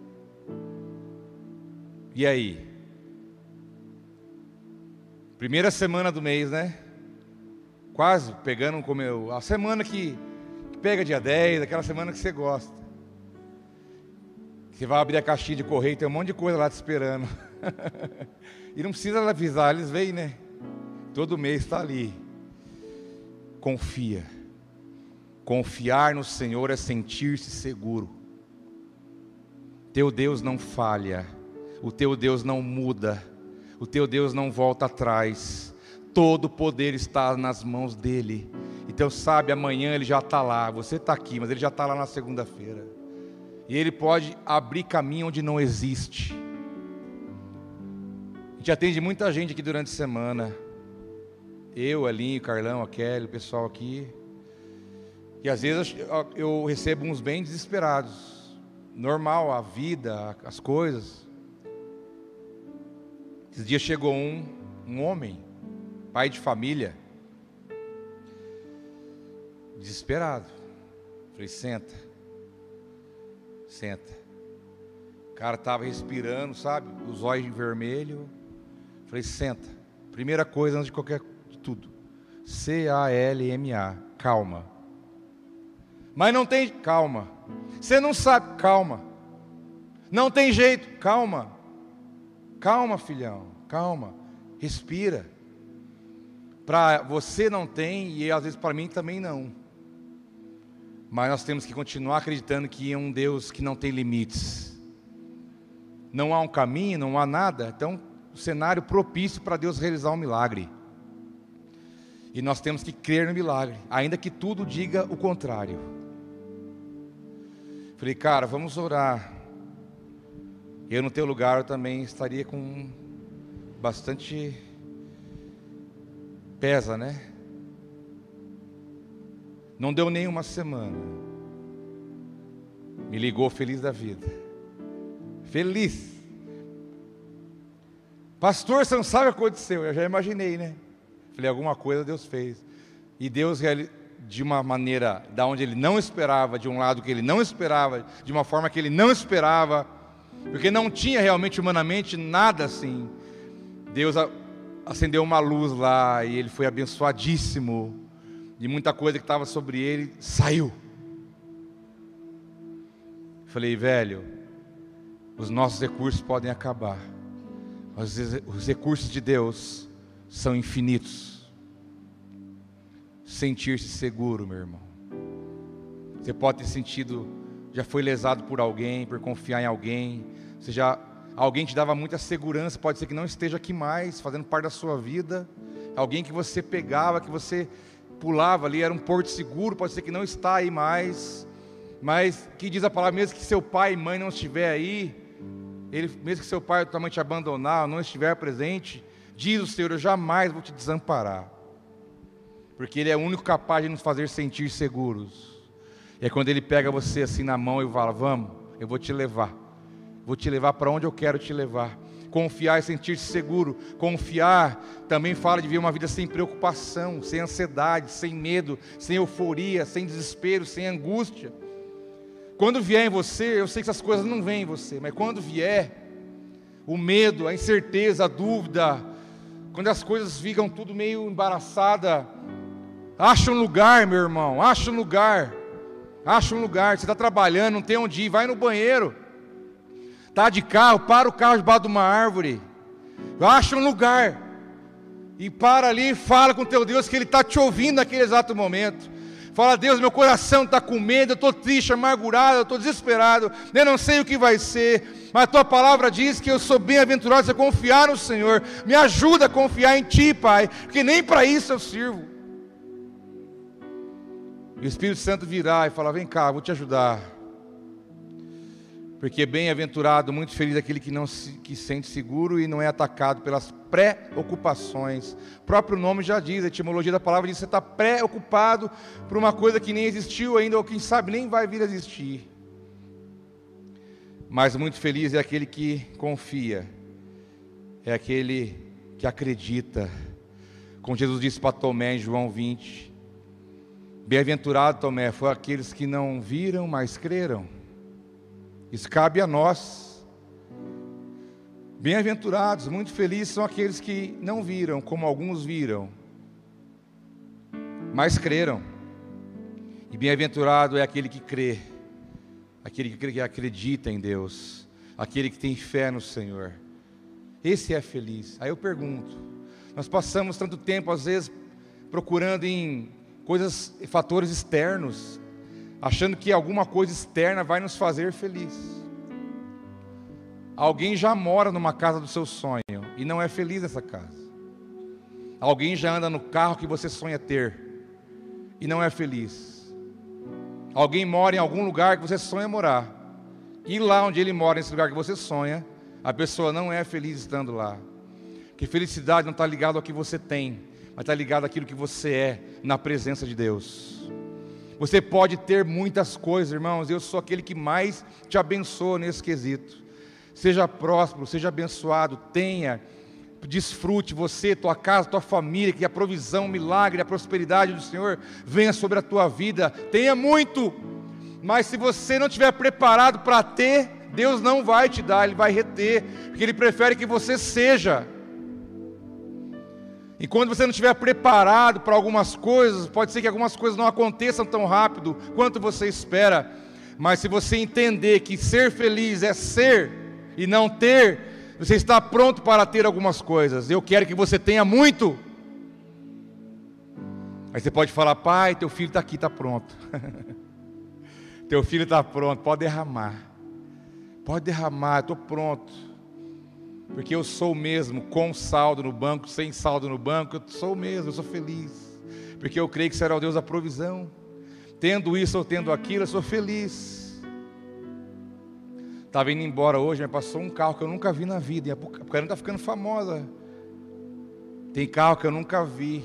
E aí? Primeira semana do mês, né? quase pegando como eu, a semana que, que pega dia dez, aquela semana que você gosta. Você vai abrir a caixinha de correio, tem um monte de coisa lá te esperando. E não precisa avisar, eles vêm, né? Todo mês está ali. Confia. Confiar no Senhor é sentir-se seguro. Teu Deus não falha. O teu Deus não muda. O teu Deus não volta atrás. Todo o poder está nas mãos dEle. Então sabe, amanhã Ele já está lá. Você está aqui, mas Ele já está lá na segunda-feira. E Ele pode abrir caminho onde não existe. A gente atende muita gente aqui durante a semana. Eu, Alinho, Carlão, a Kelly, o pessoal aqui. E às vezes eu, eu recebo uns bem desesperados. Normal, a vida, as coisas. Esses dias chegou um, um homem, pai de família, desesperado. Falei, senta. Senta. O cara estava respirando, sabe? Os olhos vermelhos. Falei, senta. Primeira coisa antes de qualquer de tudo. C A L M A. Calma. Mas não tem... Calma. Você não sabe... Calma. Não tem jeito... Calma. Calma, filhão. Calma. Respira. Para você não tem, e às vezes para mim também não. Mas nós temos que continuar acreditando que é um Deus que não tem limites. Não há um caminho, não há nada. Então, o cenário propício para Deus realizar um milagre. E nós temos que crer no milagre, ainda que tudo diga o contrário. Falei, cara, vamos orar. Eu no teu lugar eu também estaria com bastante... Pesa, né? Não deu nem uma semana. Me ligou feliz da vida. Feliz. Pastor, você não sabe o que aconteceu. Eu já imaginei, né? Falei, alguma coisa Deus fez. E Deus, de uma maneira da onde Ele não esperava, de um lado que Ele não esperava, de uma forma que Ele não esperava, porque não tinha realmente humanamente nada assim. Deus acendeu uma luz lá e ele foi abençoadíssimo. E muita coisa que estava sobre ele saiu. Falei, velho, os nossos recursos podem acabar, mas os recursos de Deus são infinitos. Sentir-se seguro, meu irmão. Você pode ter sentido, já foi lesado por alguém, por confiar em alguém. Você já, alguém te dava muita segurança, pode ser que não esteja aqui mais, fazendo parte da sua vida. Alguém que você pegava, que você pulava ali, era um porto seguro, pode ser que não está aí mais. Mas que diz a palavra, mesmo que seu pai e mãe não estiver aí, ele, mesmo que seu pai ou tua mãe te abandonar, não estiver presente, diz o Senhor, eu jamais vou te desamparar. Porque Ele é o único capaz de nos fazer sentir seguros. E é quando Ele pega você assim na mão e fala, vamos, eu vou te levar. Vou te levar para onde eu quero te levar. Confiar e sentir-se seguro. Confiar também fala de viver uma vida sem preocupação, sem ansiedade, sem medo, sem euforia, sem desespero, sem angústia. Quando vier em você, eu sei que essas coisas não vêm em você, mas quando vier, o medo, a incerteza, a dúvida, quando as coisas ficam tudo meio embaraçada, acha um lugar, meu irmão, acha um lugar, acha um lugar. Você está trabalhando, não tem onde ir, vai no banheiro. Está de carro, para o carro debaixo de uma árvore, acha um lugar, e para ali e fala com o teu Deus que Ele está te ouvindo naquele exato momento. Fala, Deus, meu coração está com medo, eu estou triste, amargurado, eu estou desesperado, eu não sei o que vai ser, mas a Tua palavra diz que eu sou bem-aventurado se eu confiar no Senhor. Me ajuda a confiar em Ti, Pai, porque nem para isso eu sirvo. E o Espírito Santo virá e falar, vem cá, vou te ajudar. Porque bem-aventurado, muito feliz aquele que não se que sente seguro e não é atacado pelas preocupações. O próprio nome já diz, a etimologia da palavra diz que você está preocupado por uma coisa que nem existiu ainda, ou quem sabe nem vai vir a existir. Mas muito feliz é aquele que confia, é aquele que acredita. Como Jesus disse para Tomé em João vinte, bem-aventurado Tomé, foi aqueles que não viram, mas creram. Isso cabe a nós. Bem-aventurados, muito felizes são aqueles que não viram, como alguns viram, mas creram. E bem-aventurado é aquele que crê, aquele que acredita em Deus, aquele que tem fé no Senhor. Esse é feliz. Aí eu pergunto, nós passamos tanto tempo às vezes procurando em coisas, fatores externos, achando que alguma coisa externa vai nos fazer feliz. Alguém já mora numa casa do seu sonho e não é feliz nessa casa. Alguém já anda no carro que você sonha ter e não é feliz. Alguém mora em algum lugar que você sonha morar, e lá onde ele mora, nesse lugar que você sonha, a pessoa não é feliz estando lá. Porque felicidade não está ligada ao que você tem, mas está ligado àquilo que você é na presença de Deus. Você pode ter muitas coisas, irmãos, eu sou aquele que mais te abençoa nesse quesito. Seja próspero, seja abençoado, tenha, desfrute você, tua casa, tua família, que a provisão, o milagre, a prosperidade do Senhor venha sobre a tua vida. Tenha muito, mas se você não estiver preparado para ter, Deus não vai te dar, Ele vai reter, porque Ele prefere que você seja. E quando você não estiver preparado para algumas coisas, pode ser que algumas coisas não aconteçam tão rápido quanto você espera, mas se você entender que ser feliz é ser e não ter, você está pronto para ter algumas coisas. Eu quero que você tenha muito. Aí você pode falar: pai, teu filho está aqui, está pronto. Teu filho está pronto, pode derramar. Pode derramar, estou pronto. Porque eu sou o mesmo, com saldo no banco, sem saldo no banco, eu sou o mesmo, eu sou feliz. Porque eu creio que será o Deus da provisão. Tendo isso ou tendo aquilo, eu sou feliz. Estava indo embora hoje, me passou um carro que eu nunca vi na vida. E a Apucarana está ficando famosa. Tem carro que eu nunca vi.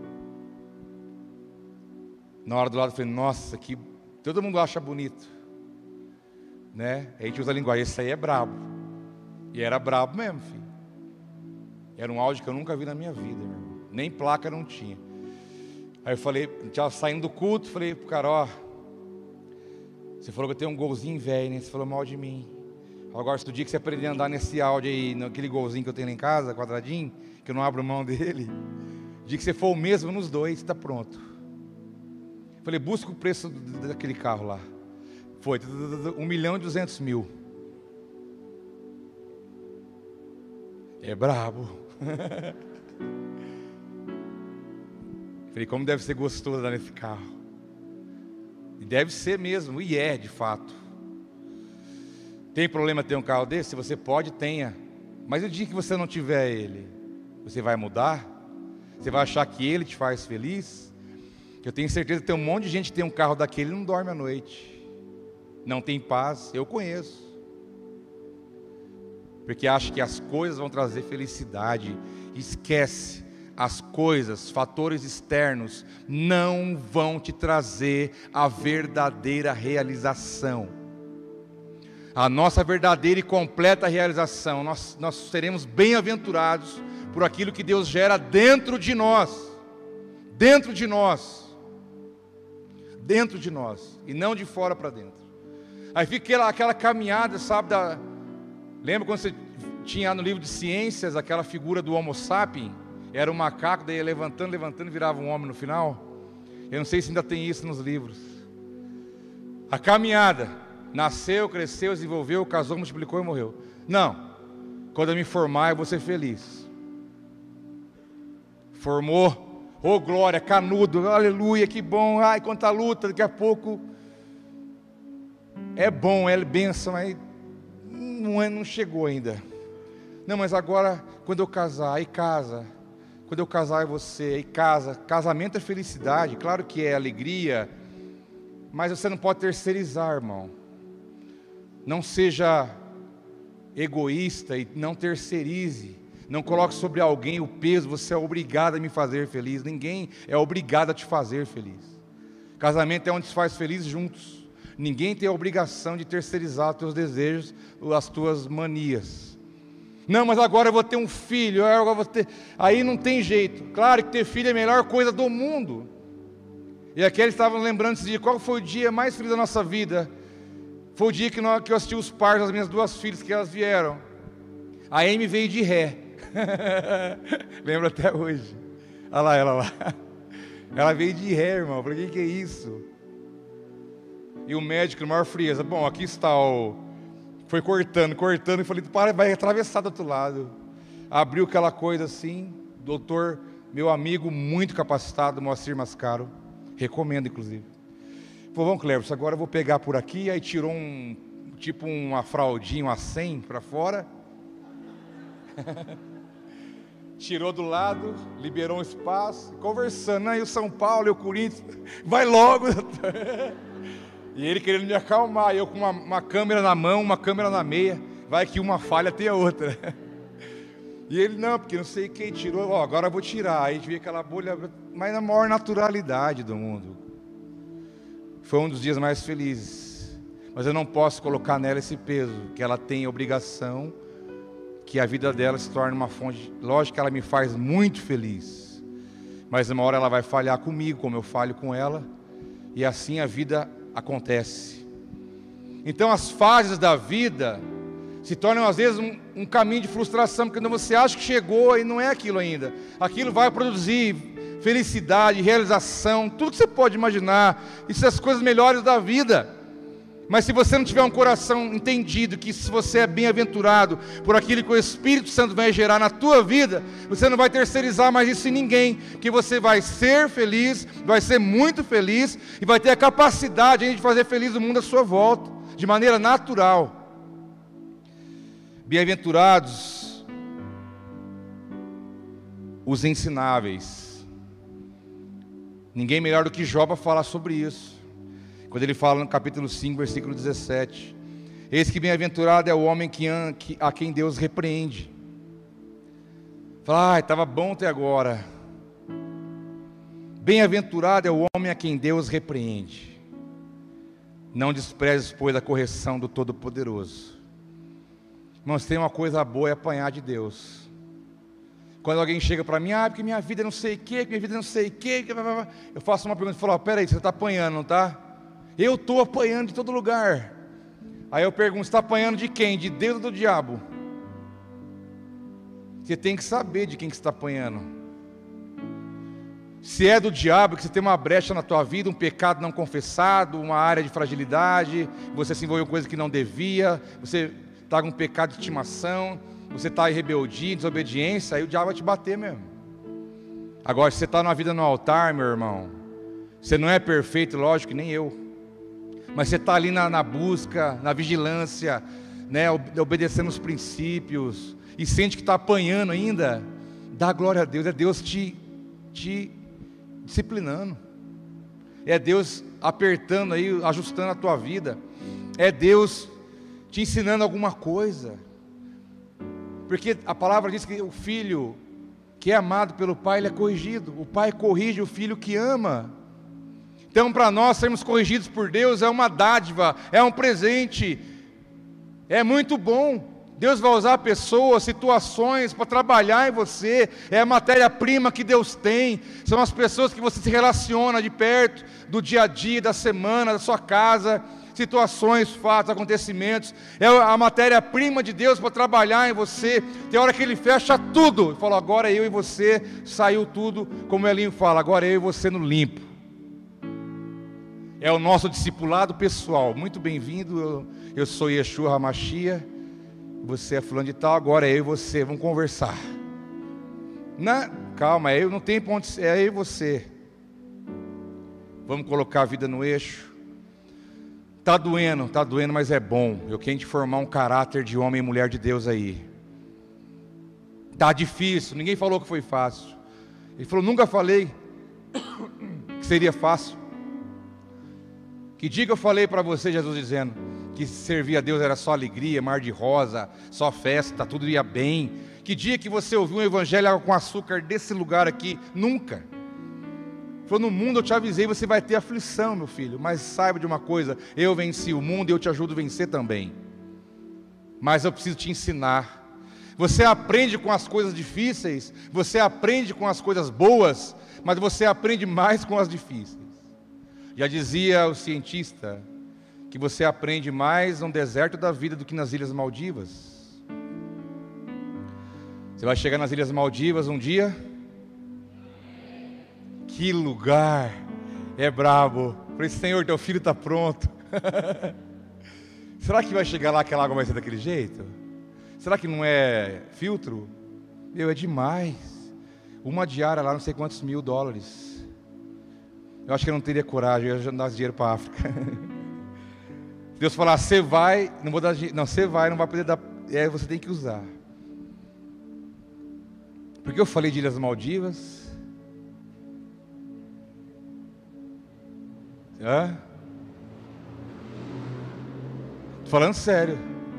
Na hora do lado eu falei: nossa, que todo mundo acha bonito, né? Aí a gente usa a linguagem: esse aí é brabo. E era brabo mesmo, filho. Era um Audi que eu nunca vi na minha vida, meu irmão. Nem placa não tinha. Aí eu falei, já saindo do culto, falei pro cara: ó, você falou que eu tenho um golzinho velho, né? Você falou mal de mim. Agora, se do dia que você aprender a andar nesse Audi aí, naquele golzinho que eu tenho lá em casa, quadradinho, que eu não abro mão dele, o dia que você for o mesmo nos dois, está pronto. Falei: busca o preço daquele carro lá. Foi, um milhão e duzentos mil. É brabo. Falei: como deve ser gostoso andar nesse carro. E deve ser mesmo, e é de fato. Tem problema ter um carro desse? Se você pode, tenha. Mas o dia que você não tiver ele, você vai mudar? Você vai achar que ele te faz feliz? Eu tenho certeza que tem um monte de gente que tem um carro daquele e não dorme à noite, não tem paz. Eu conheço. Porque acha que as coisas vão trazer felicidade. Esquece, as coisas, fatores externos não vão te trazer a verdadeira realização. A nossa verdadeira e completa realização, nós, nós seremos bem-aventurados por aquilo que Deus gera dentro de nós. Dentro de nós. Dentro de nós. E não de fora para dentro. Aí fica aquela, aquela caminhada, sabe, da... Lembra quando você tinha no livro de ciências aquela figura do Homo sapiens? Era um macaco, daí ia levantando, levantando e virava um homem no final? Eu não sei se ainda tem isso nos livros. A caminhada. Nasceu, cresceu, desenvolveu, casou, multiplicou e morreu. Não. Quando eu me formar, eu vou ser feliz. Formou. Oh, glória, canudo, aleluia, que bom. Ai, quanta luta, daqui a pouco. É bom, é bênção, mas não, é, não chegou ainda. Não, mas agora, quando eu casar, aí casa. Quando eu casar é você, aí casa. Casamento é felicidade, claro que é alegria, mas você não pode terceirizar, irmão. Não seja egoísta e não terceirize. Não coloque sobre alguém o peso. Você é obrigado a me fazer feliz. Ninguém é obrigado a te fazer feliz. Casamento é onde se faz feliz juntos. Ninguém tem a obrigação de terceirizar os teus desejos, as tuas manias. Não, mas agora eu vou ter um filho, agora eu vou ter... Aí não tem jeito. Claro que ter filho é a melhor coisa do mundo. E aqui eles estavam lembrando esse dia. Qual foi o dia mais feliz da nossa vida? Foi o dia que, nós, que eu assisti os partos das minhas duas filhas, que elas vieram. A Amy veio de ré. Lembro até hoje. Olha lá ela lá. Ela veio de ré, irmão. Eu falei, o que, que é isso? E o médico, na maior frieza, bom, aqui está o... Foi cortando, cortando, e falei, para, vai atravessar do outro lado. Abriu aquela coisa assim, doutor, meu amigo muito capacitado, Moacir Mascaro, recomendo inclusive. Falou, vamos, Cleverson, agora eu vou pegar por aqui, aí tirou um, tipo uma fraldinha, uma cem para fora. Tirou do lado, liberou um espaço, conversando, aí o São Paulo e o Corinthians, vai logo. E ele querendo me acalmar, eu com uma, uma câmera na mão, uma câmera na meia, vai que uma falha tem a outra. E ele, não, porque não sei quem tirou, ó, agora eu vou tirar. Aí a gente via aquela bolha, mas na maior naturalidade do mundo. Foi um dos dias mais felizes. Mas eu não posso colocar nela esse peso, que ela tem obrigação, que a vida dela se torne uma fonte. Lógico que ela me faz muito feliz, mas uma hora ela vai falhar comigo, como eu falho com ela, e assim a vida acontece. Então as fases da vida se tornam às vezes um, um caminho de frustração, porque quando você acha que chegou e não é aquilo ainda, aquilo vai produzir felicidade, realização, tudo que você pode imaginar, isso são as coisas melhores da vida. Mas se você não tiver um coração entendido, que se você é bem-aventurado por aquilo que o Espírito Santo vai gerar na tua vida, você não vai terceirizar mais isso em ninguém, que você vai ser feliz, vai ser muito feliz, e vai ter a capacidade de fazer feliz o mundo à sua volta, de maneira natural. Bem-aventurados os ensináveis. Ninguém melhor do que Jó para falar sobre isso. Quando ele fala no capítulo cinco, versículo dezessete. Eis que bem-aventurado é o homem que, a quem Deus repreende. Fala, ah, estava bom até agora. Bem-aventurado é o homem a quem Deus repreende. Não desprezes, pois, a correção do Todo-Poderoso. Irmãos, tem uma coisa boa, é apanhar de Deus. Quando alguém chega para mim, ah, porque minha vida não sei o que, minha vida não sei o que, eu faço uma pergunta e falo, peraí, você está apanhando, não está? Eu estou apanhando de todo lugar. Aí eu pergunto, você está apanhando de quem? De Deus ou do diabo? Você tem que saber de quem que você está apanhando. Se é do diabo, que você tem uma brecha na tua vida, um pecado não confessado, uma área de fragilidade, você se envolveu em coisa que não devia, você está com um pecado de estimação, você está em rebeldia, em desobediência, aí o diabo vai te bater mesmo. Agora, se você está na vida no altar, meu irmão, você não é perfeito, lógico que nem eu, mas você está ali na, na busca, na vigilância, né, obedecendo os princípios, e sente que está apanhando ainda, dá glória a Deus, é Deus te, te disciplinando, é Deus apertando aí, ajustando a tua vida, é Deus te ensinando alguma coisa, porque a palavra diz que o filho que é amado pelo pai, ele é corrigido, o pai corrige o filho que ama. Então para nós sermos corrigidos por Deus é uma dádiva, é um presente, é muito bom. Deus vai usar pessoas, situações para trabalhar em você, é a matéria-prima que Deus tem, são as pessoas que você se relaciona de perto, do dia a dia, da semana, da sua casa, situações, fatos, acontecimentos, é a matéria-prima de Deus para trabalhar em você. Tem hora que Ele fecha tudo, e fala, agora eu e você, saiu tudo, como o Elinho fala, agora eu e você no limpo. É o nosso discipulado pessoal, muito bem-vindo, eu, eu sou Yeshua HaMashiach, você é fulano de tal, agora é eu e você, vamos conversar. Não, calma, eu não tenho ponto, é eu e você. Vamos colocar a vida no eixo. Está doendo, está doendo, mas é bom. Eu quero te formar um caráter de homem e mulher de Deus aí. Está difícil, ninguém falou que foi fácil. Ele falou, nunca falei que seria fácil. Que dia que eu falei para você, Jesus dizendo, que servir a Deus era só alegria, mar de rosa, só festa, tudo ia bem. Que dia que você ouviu um evangelho com açúcar desse lugar aqui? Nunca. Falou, no mundo eu te avisei, você vai ter aflição, meu filho, mas saiba de uma coisa, eu venci o mundo e eu te ajudo a vencer também. Mas eu preciso te ensinar. Você aprende com as coisas difíceis, você aprende com as coisas boas, mas você aprende mais com as difíceis. Já dizia o cientista, que você aprende mais no deserto da vida do que nas Ilhas Maldivas. Você vai chegar nas Ilhas Maldivas um dia, Que lugar é brabo. Falei, Senhor, teu filho está pronto. Será que vai chegar lá, aquela água vai ser daquele jeito? Será que não é filtro? Meu, é demais. Uma diária lá, não sei quantos mil dólares. Eu acho que eu não teria coragem, eu ia dar dinheiro para a África. Deus falar, você vai, não vou dar dinheiro. Não, você vai, não vai poder dar. É, você tem que usar. Porque eu falei de Ilhas Maldivas. Hã? Tô falando sério.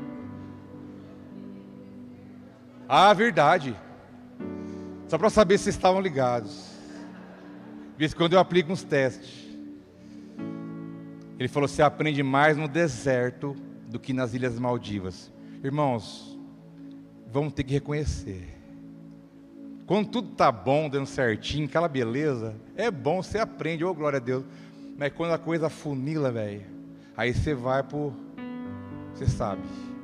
Ah, verdade. Só para saber se vocês estavam ligados. De vez em quando eu aplico uns testes. Ele falou, você aprende mais no deserto do que nas Ilhas Maldivas. Irmãos, vamos ter que reconhecer. Quando tudo está bom, dando certinho, aquela beleza, é bom, você aprende, ô oh, glória a Deus. Mas quando a coisa funila, velho, aí você vai por... Você sabe.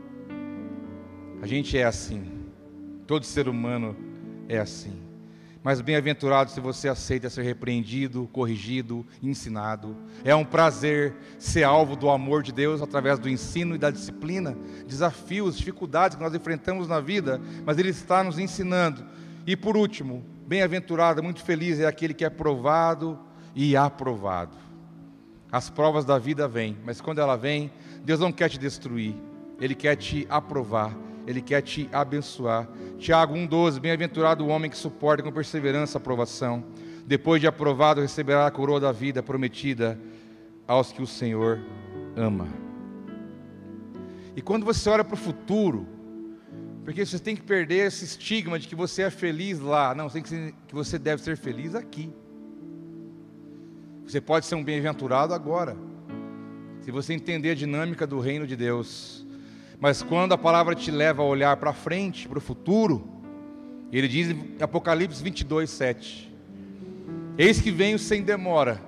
A gente é assim. Todo ser humano é assim. Mas bem-aventurado se você aceita ser repreendido, corrigido, ensinado. É um prazer ser alvo do amor de Deus através do ensino e da disciplina. Desafios, dificuldades que nós enfrentamos na vida, mas Ele está nos ensinando. E por último, bem-aventurado, muito feliz é aquele que é provado e aprovado. As provas da vida vêm, mas quando ela vem, Deus não quer te destruir, Ele quer te aprovar, Ele quer te abençoar. Tiago um doze, bem-aventurado o homem que suporta com perseverança a aprovação. Depois de aprovado, receberá a coroa da vida prometida aos que o Senhor ama. E quando você olha para o futuro, porque você tem que perder esse estigma de que você é feliz lá. Não, tem que ser, que você deve ser feliz aqui. Você pode ser um bem-aventurado agora, se você entender a dinâmica do reino de Deus. Mas quando a palavra te leva a olhar para frente, para o futuro, Ele diz em Apocalipse vinte e dois, sete: eis que venho sem demora.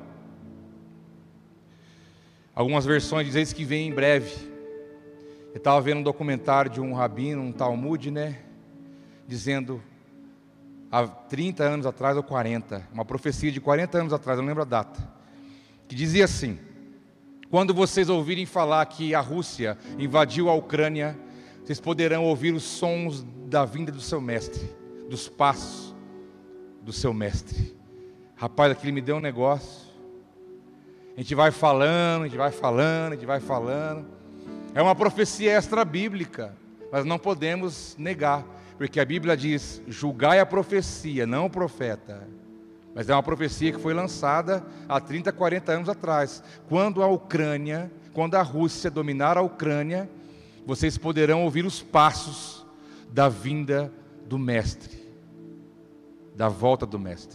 Algumas versões dizem eis que venho em breve. Eu estava vendo um documentário de um rabino, um Talmud, né? Dizendo, há trinta anos atrás ou quarenta, uma profecia de quarenta anos atrás, eu não lembro a data, que dizia assim: quando vocês ouvirem falar que a Rússia invadiu a Ucrânia, vocês poderão ouvir os sons da vinda do seu mestre, dos passos do seu mestre. Rapaz, aquilo me deu um negócio. A gente vai falando, a gente vai falando, a gente vai falando. É uma profecia extra-bíblica, mas não podemos negar, porque a Bíblia diz, julgai a profecia, não o profeta. Mas é uma profecia que foi lançada há trinta, quarenta anos atrás. Quando a Ucrânia, quando a Rússia dominar a Ucrânia, vocês poderão ouvir os passos da vinda do Mestre, da volta do Mestre.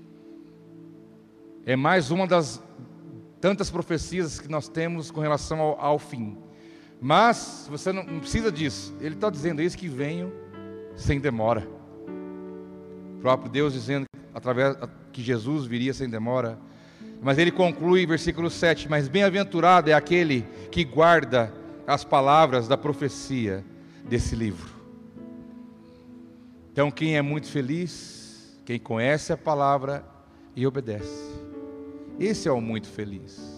É mais uma das tantas profecias que nós temos com relação ao, ao fim. Mas você não, não precisa disso. Ele está dizendo, eis que venho sem demora. O próprio Deus dizendo através que Jesus viria sem demora. Mas ele conclui, versículo sete: mas bem-aventurado é aquele que guarda as palavras da profecia desse livro. Então quem é muito feliz? Quem conhece a palavra e obedece. Esse é o muito feliz.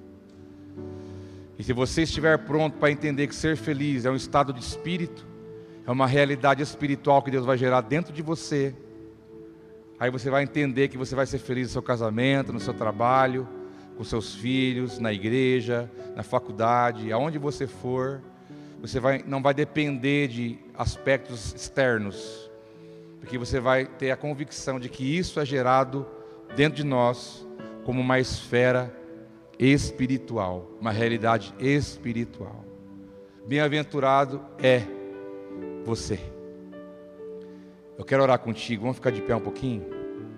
E se você estiver pronto para entender que ser feliz é um estado de espírito, é uma realidade espiritual que Deus vai gerar dentro de você, aí você vai entender que você vai ser feliz no seu casamento, no seu trabalho, com seus filhos, na igreja, na faculdade, aonde você for. Você vai, não vai depender de aspectos externos, porque você vai ter a convicção de que isso é gerado dentro de nós como uma esfera espiritual, uma realidade espiritual. Bem-aventurado é você. Eu quero orar contigo, vamos ficar de pé um pouquinho?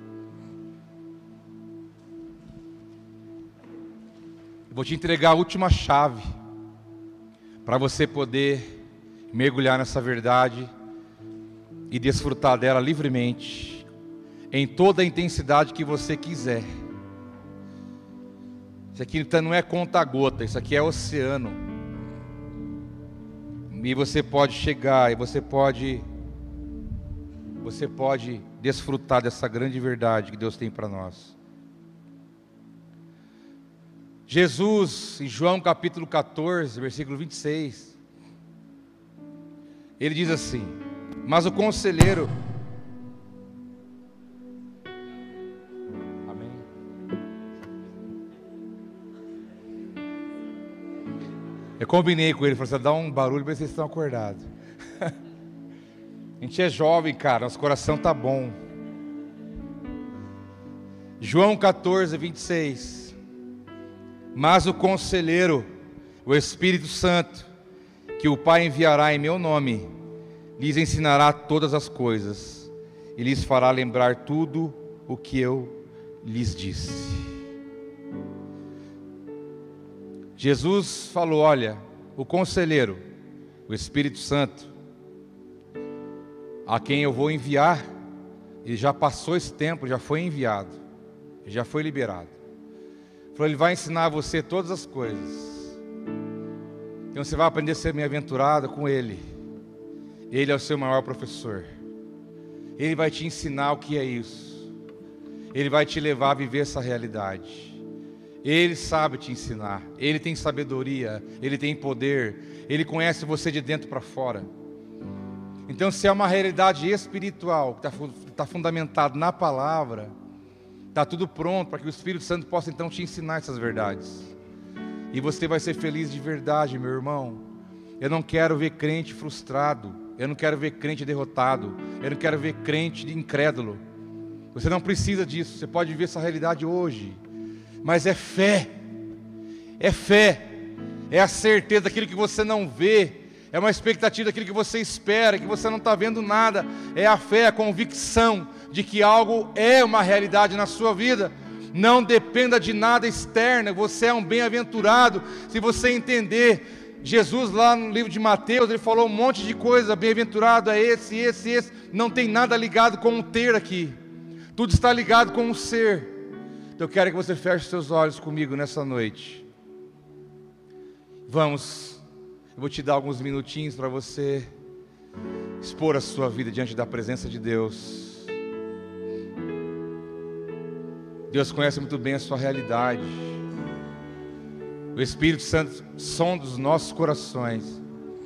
Eu vou te entregar a última chave para você poder mergulhar nessa verdade e desfrutar dela livremente, em toda a intensidade que você quiser. Isso aqui não é conta-gota, isso aqui é oceano. E você pode chegar, e você pode, você pode desfrutar dessa grande verdade que Deus tem para nós. Jesus, em João capítulo catorze, versículo vinte e seis, ele diz assim: mas o conselheiro, amém? Eu combinei com ele, falei assim: dá um barulho para ver se vocês estão acordados. A gente é jovem, cara, nosso coração tá bom. João catorze, vinte e seis. Mas o conselheiro, o Espírito Santo, que o Pai enviará em meu nome, lhes ensinará todas as coisas e lhes fará lembrar tudo o que eu lhes disse. Jesus falou: olha, o conselheiro, o Espírito Santo, a quem eu vou enviar, ele já passou esse tempo, já foi enviado, já foi liberado. Falou: ele vai ensinar a você todas as coisas. Então você vai aprender a ser bem-aventurado com ele. Ele é o seu maior professor. Ele vai te ensinar o que é isso. Ele vai te levar a viver essa realidade. Ele sabe te ensinar. Ele tem sabedoria. Ele tem poder. Ele conhece você de dentro para fora. Então, se é uma realidade espiritual que está tá fundamentado na palavra, está tudo pronto para que o Espírito Santo possa então te ensinar essas verdades. E você vai ser feliz de verdade, meu irmão. Eu não quero ver crente frustrado. Eu não quero ver crente derrotado. Eu não quero ver crente incrédulo. Você não precisa disso. Você pode viver essa realidade hoje. Mas é fé. É fé. É a certeza daquilo que você não vê. É uma expectativa daquilo que você espera, que você não está vendo nada. É a fé, a convicção de que algo é uma realidade na sua vida. Não dependa de nada externo. Você é um bem-aventurado se você entender. Jesus lá no livro de Mateus, ele falou um monte de coisa. Bem-aventurado é esse, esse, esse. Não tem nada ligado com o ter aqui. Tudo está ligado com o ser. Então eu quero que você feche os seus olhos comigo nessa noite. Vamos. Eu vou te dar alguns minutinhos para você expor a sua vida diante da presença de Deus. Deus conhece muito bem a sua realidade. O Espírito Santo sonda os nossos corações.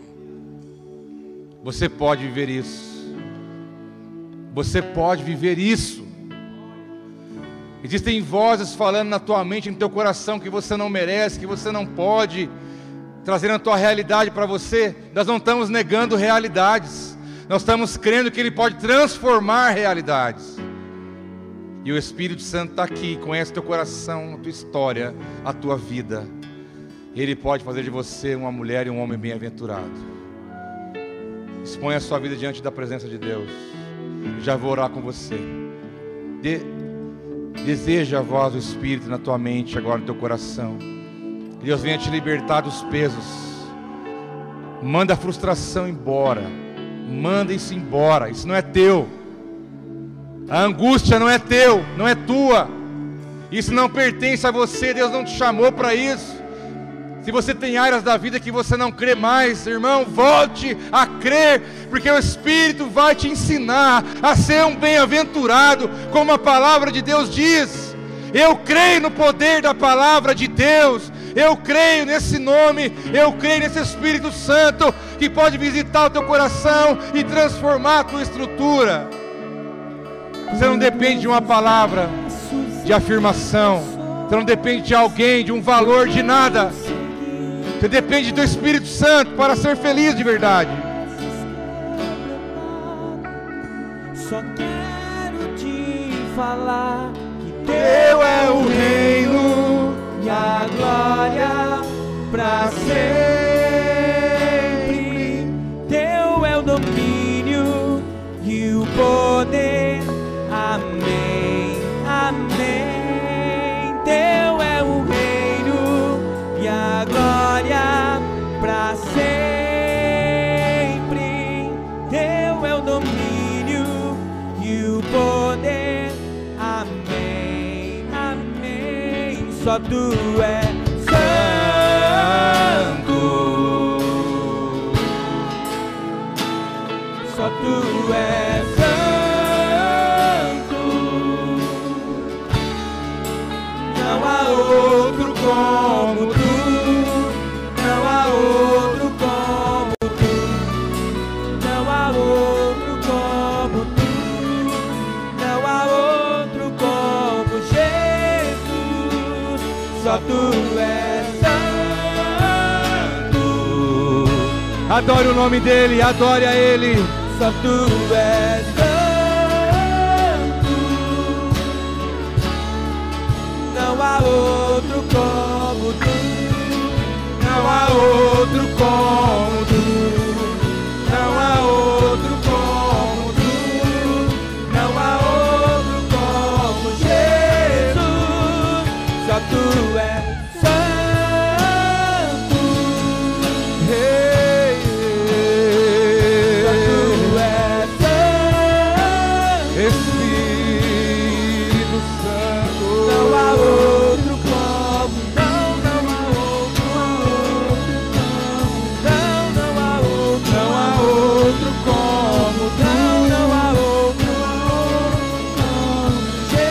Você pode viver isso. Você pode viver isso. Existem vozes falando na tua mente, no teu coração, que você não merece, que você não pode, trazendo a tua realidade para você. Nós não estamos negando realidades. Nós estamos crendo que Ele pode transformar realidades. E o Espírito Santo está aqui, conhece teu coração, a tua história, a tua vida. Ele pode fazer de você uma mulher e um homem bem-aventurado. Exponha a sua vida diante da presença de Deus. Eu já vou orar com você. De... Deseja a voz do Espírito na tua mente, agora no teu coração. Deus venha te libertar dos pesos. Manda a frustração embora. Manda isso embora. Isso não é teu. A angústia não é teu, não é tua. Isso não pertence a você. Deus não te chamou para isso. Se você tem áreas da vida que você não crê mais, irmão, volte a crer, porque o Espírito vai te ensinar a ser um bem-aventurado, como a palavra de Deus diz. Eu creio no poder da palavra de Deus. Eu creio nesse nome, eu creio nesse Espírito Santo que pode visitar o teu coração e transformar a tua estrutura. Você não depende de uma palavra de afirmação. Você não depende de alguém, de um valor, de nada. Você depende do Espírito Santo para ser feliz de verdade. Só quero te falar que Teu é o reino e a glória para sempre. Teu é o domínio e o poder. Amém, amém. Teu é o reino e a glória para sempre. Teu é o domínio e o poder. Amém, amém. Só tu és santo. Só tu és santo. Não há outro como Adore o nome dele, adore a ele. Só tu és santo, não há outro como tu, Não há outro como tu, não há outro como tu, não há outro como Jesus. Só tu és santo, Hey, só tu és santo, Espírito Santo. não há outro como, não, não há outro, não, não há outro, Não há outro como tu. não, não há outro como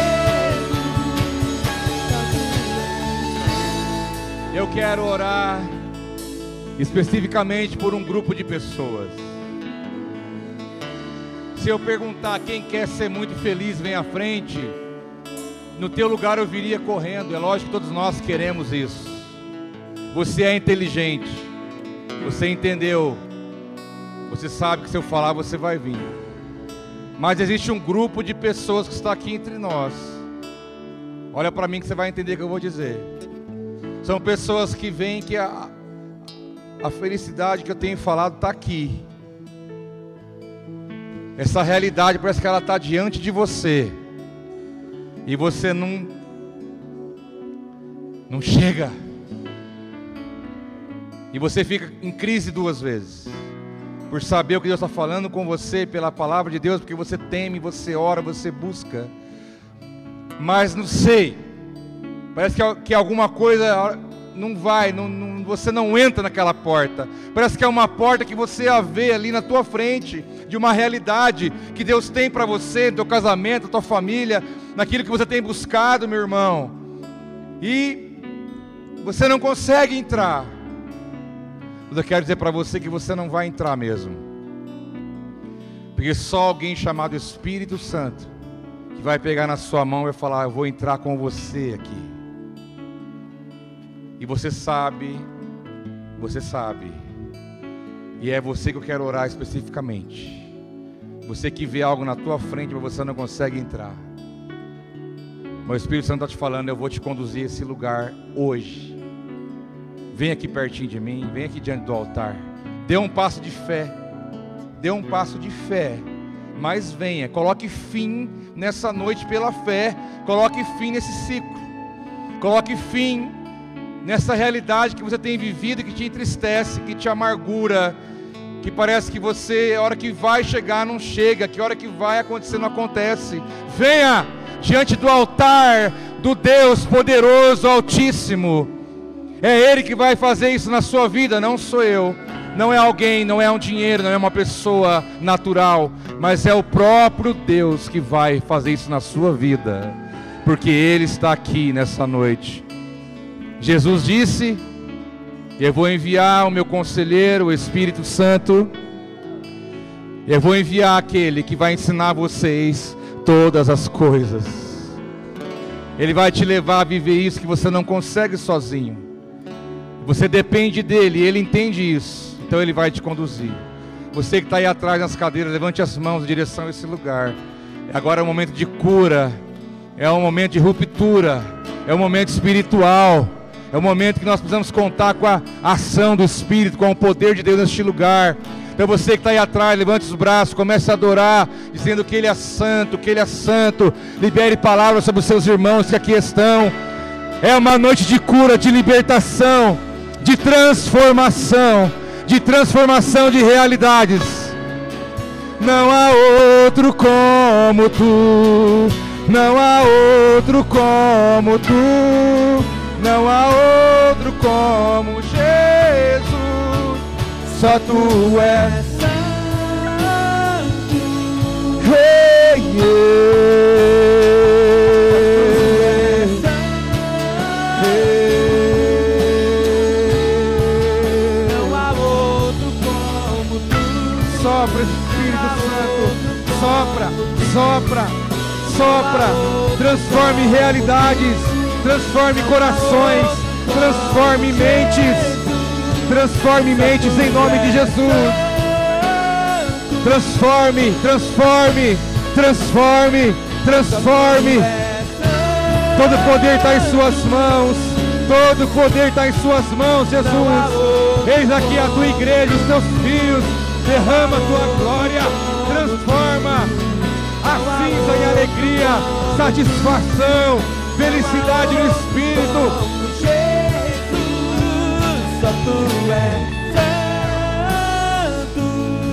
Jesus. Eu quero orar especificamente por um grupo de pessoas. Se eu perguntar quem quer ser muito feliz, vem à frente, no teu lugar eu viria correndo. É lógico que todos nós queremos isso. Você é inteligente, você entendeu, você sabe que se eu falar você vai vir. Mas existe um grupo de pessoas que está aqui entre nós. Olha para mim que você vai entender o que eu vou dizer. São pessoas que veem que a, a felicidade que eu tenho falado está aqui. Essa realidade parece que ela está diante de você. E você não, não chega. E você fica em crise duas vezes. Por saber o que Deus está falando com você, pela palavra de Deus, porque você teme, você ora, você busca. Mas não sei. Parece que, que alguma coisa não vai, não, não, você não entra naquela porta. Parece que é uma porta que você a vê ali na tua frente, de uma realidade que Deus tem para você, no teu casamento, na tua família, naquilo que você tem buscado, meu irmão. E você não consegue entrar. Mas eu quero dizer para você que você não vai entrar mesmo. Porque só alguém chamado Espírito Santo, que vai pegar na sua mão e vai falar: eu vou entrar com você aqui. E você sabe, você sabe, e é você que eu quero orar especificamente. Você que vê algo na tua frente, mas você não consegue entrar. Mas o Espírito Santo está te falando: eu vou te conduzir a esse lugar hoje. Vem aqui pertinho de mim, vem aqui diante do altar. Dê um passo de fé, dê um passo de fé, mas venha, coloque fim nessa noite pela fé, coloque fim nesse ciclo, coloque fim nessa realidade que você tem vivido, que te entristece, que te amargura, que parece que você, a hora que vai chegar não chega, que a hora que vai acontecer não acontece. Venha diante do altar do Deus poderoso, altíssimo. É Ele que vai fazer isso na sua vida, não sou eu. Não é alguém, não é um dinheiro, não é uma pessoa natural, mas é o próprio Deus que vai fazer isso na sua vida, porque Ele está aqui nessa noite. Jesus disse: eu vou enviar o meu conselheiro, o Espírito Santo. Eu vou enviar aquele que vai ensinar vocês todas as coisas. Ele vai te levar a viver isso que você não consegue sozinho. Você depende dele, ele entende isso. Então ele vai te conduzir. Você que está aí atrás nas cadeiras, levante as mãos em direção a esse lugar. Agora é um momento de cura, é um momento de ruptura, é um momento espiritual. É o momento que nós precisamos contar com a ação do Espírito, com o poder de Deus neste lugar. Então você que está aí atrás, levante os braços, comece a adorar, dizendo que Ele é santo, que Ele é santo. Libere palavras sobre os seus irmãos que aqui estão. É uma noite de cura, de libertação, de transformação, de transformação de realidades. Não há outro como Tu, não há outro como Tu, não há outro como Jesus. Só Tu és santo. Hey, yeah. Hey. Não há outro como Tu. Sopra, Espírito Santo. Sopra, sopra, sopra. Transforme realidades, transforme corações, transforme mentes, Transforme mentes em nome de Jesus. Transforme, transforme, transforme, transforme. Todo poder está em suas mãos. Todo poder está em suas mãos, Jesus. Eis aqui a tua igreja, os teus filhos. Derrama a tua glória. Transforma a cinza em alegria, satisfação, felicidade no Espírito. Jesus, só tu és santo.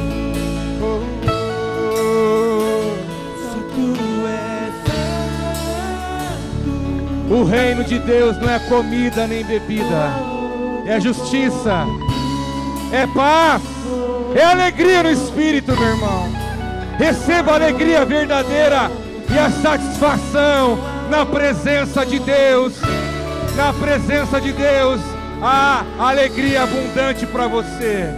Só tu és santo. O reino de Deus não é comida nem bebida, é justiça, é paz, é alegria no Espírito, meu irmão. Receba a alegria verdadeira e a satisfação na presença de Deus. Na presença de Deus, há alegria abundante para você.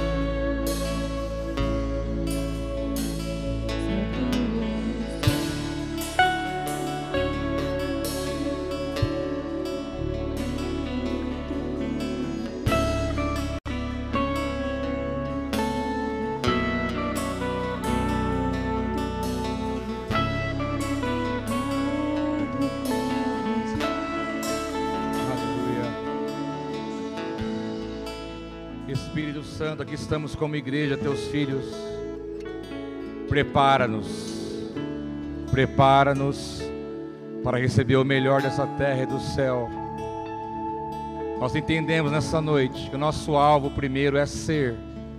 Espírito Santo, aqui estamos como igreja, teus filhos. Prepara-nos, prepara-nos para receber o melhor dessa terra e do céu. Nós entendemos nessa noite que o nosso alvo primeiro é ser.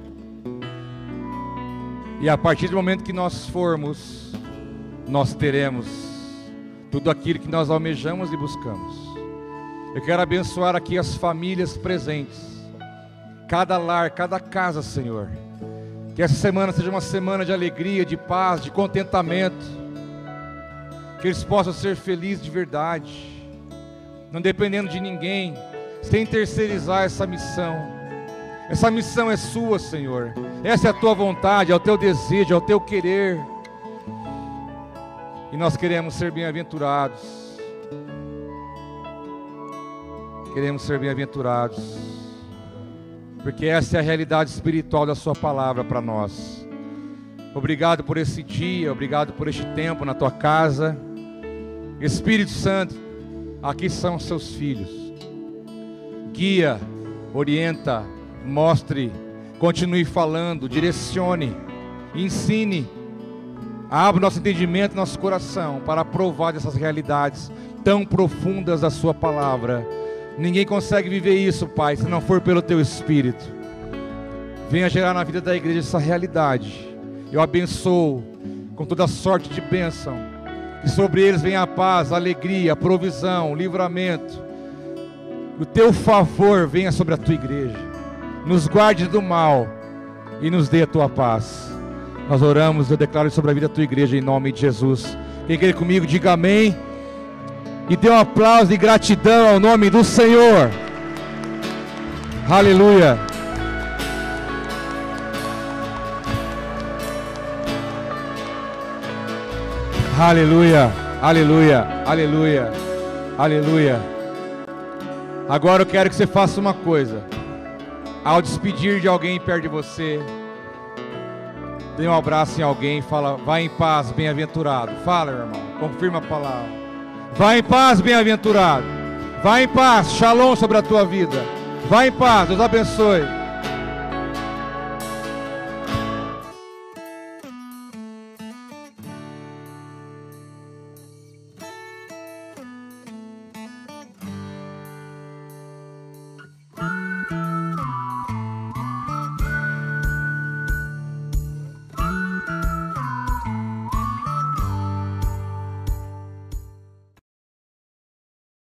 E a partir do momento que nós formos, nós teremos tudo aquilo que nós almejamos e buscamos. Eu quero abençoar aqui as famílias presentes. Cada lar, cada casa, Senhor. Que essa semana seja uma semana de alegria, de paz, de contentamento. Que eles possam ser felizes de verdade, não dependendo de ninguém, sem terceirizar essa missão. Essa missão é sua, Senhor. Essa é a tua vontade, é o teu desejo, é o teu querer. E nós queremos ser bem-aventurados. Queremos ser bem-aventurados. Porque essa é a realidade espiritual da sua palavra para nós. Obrigado por esse dia, obrigado por este tempo na tua casa. Espírito Santo, aqui são os seus filhos. Guia, orienta, mostre, continue falando, direcione, ensine. Abra nosso entendimento, nosso coração para provar dessas realidades tão profundas da sua palavra. Ninguém consegue viver isso, Pai, se não for pelo Teu Espírito. Venha gerar na vida da igreja essa realidade. Eu abençoo com toda sorte de bênção. Que sobre eles venha a paz, a alegria, a provisão, o livramento. O Teu favor venha sobre a Tua igreja. Nos guarde do mal e nos dê a Tua paz. Nós oramos, eu declaro sobre a vida da Tua igreja em nome de Jesus. Quem quer comigo, diga amém. E dê um aplauso de gratidão ao nome do Senhor. Aleluia. Aleluia, aleluia, aleluia, aleluia. Agora eu quero que você faça uma coisa. Ao despedir de alguém perto de você, dê um abraço em alguém e fala: vai em paz, bem-aventurado. Fala, irmão, confirma a palavra. Vai em paz, bem-aventurado. Vai em paz, shalom sobre a tua vida. Vai em paz, Deus abençoe.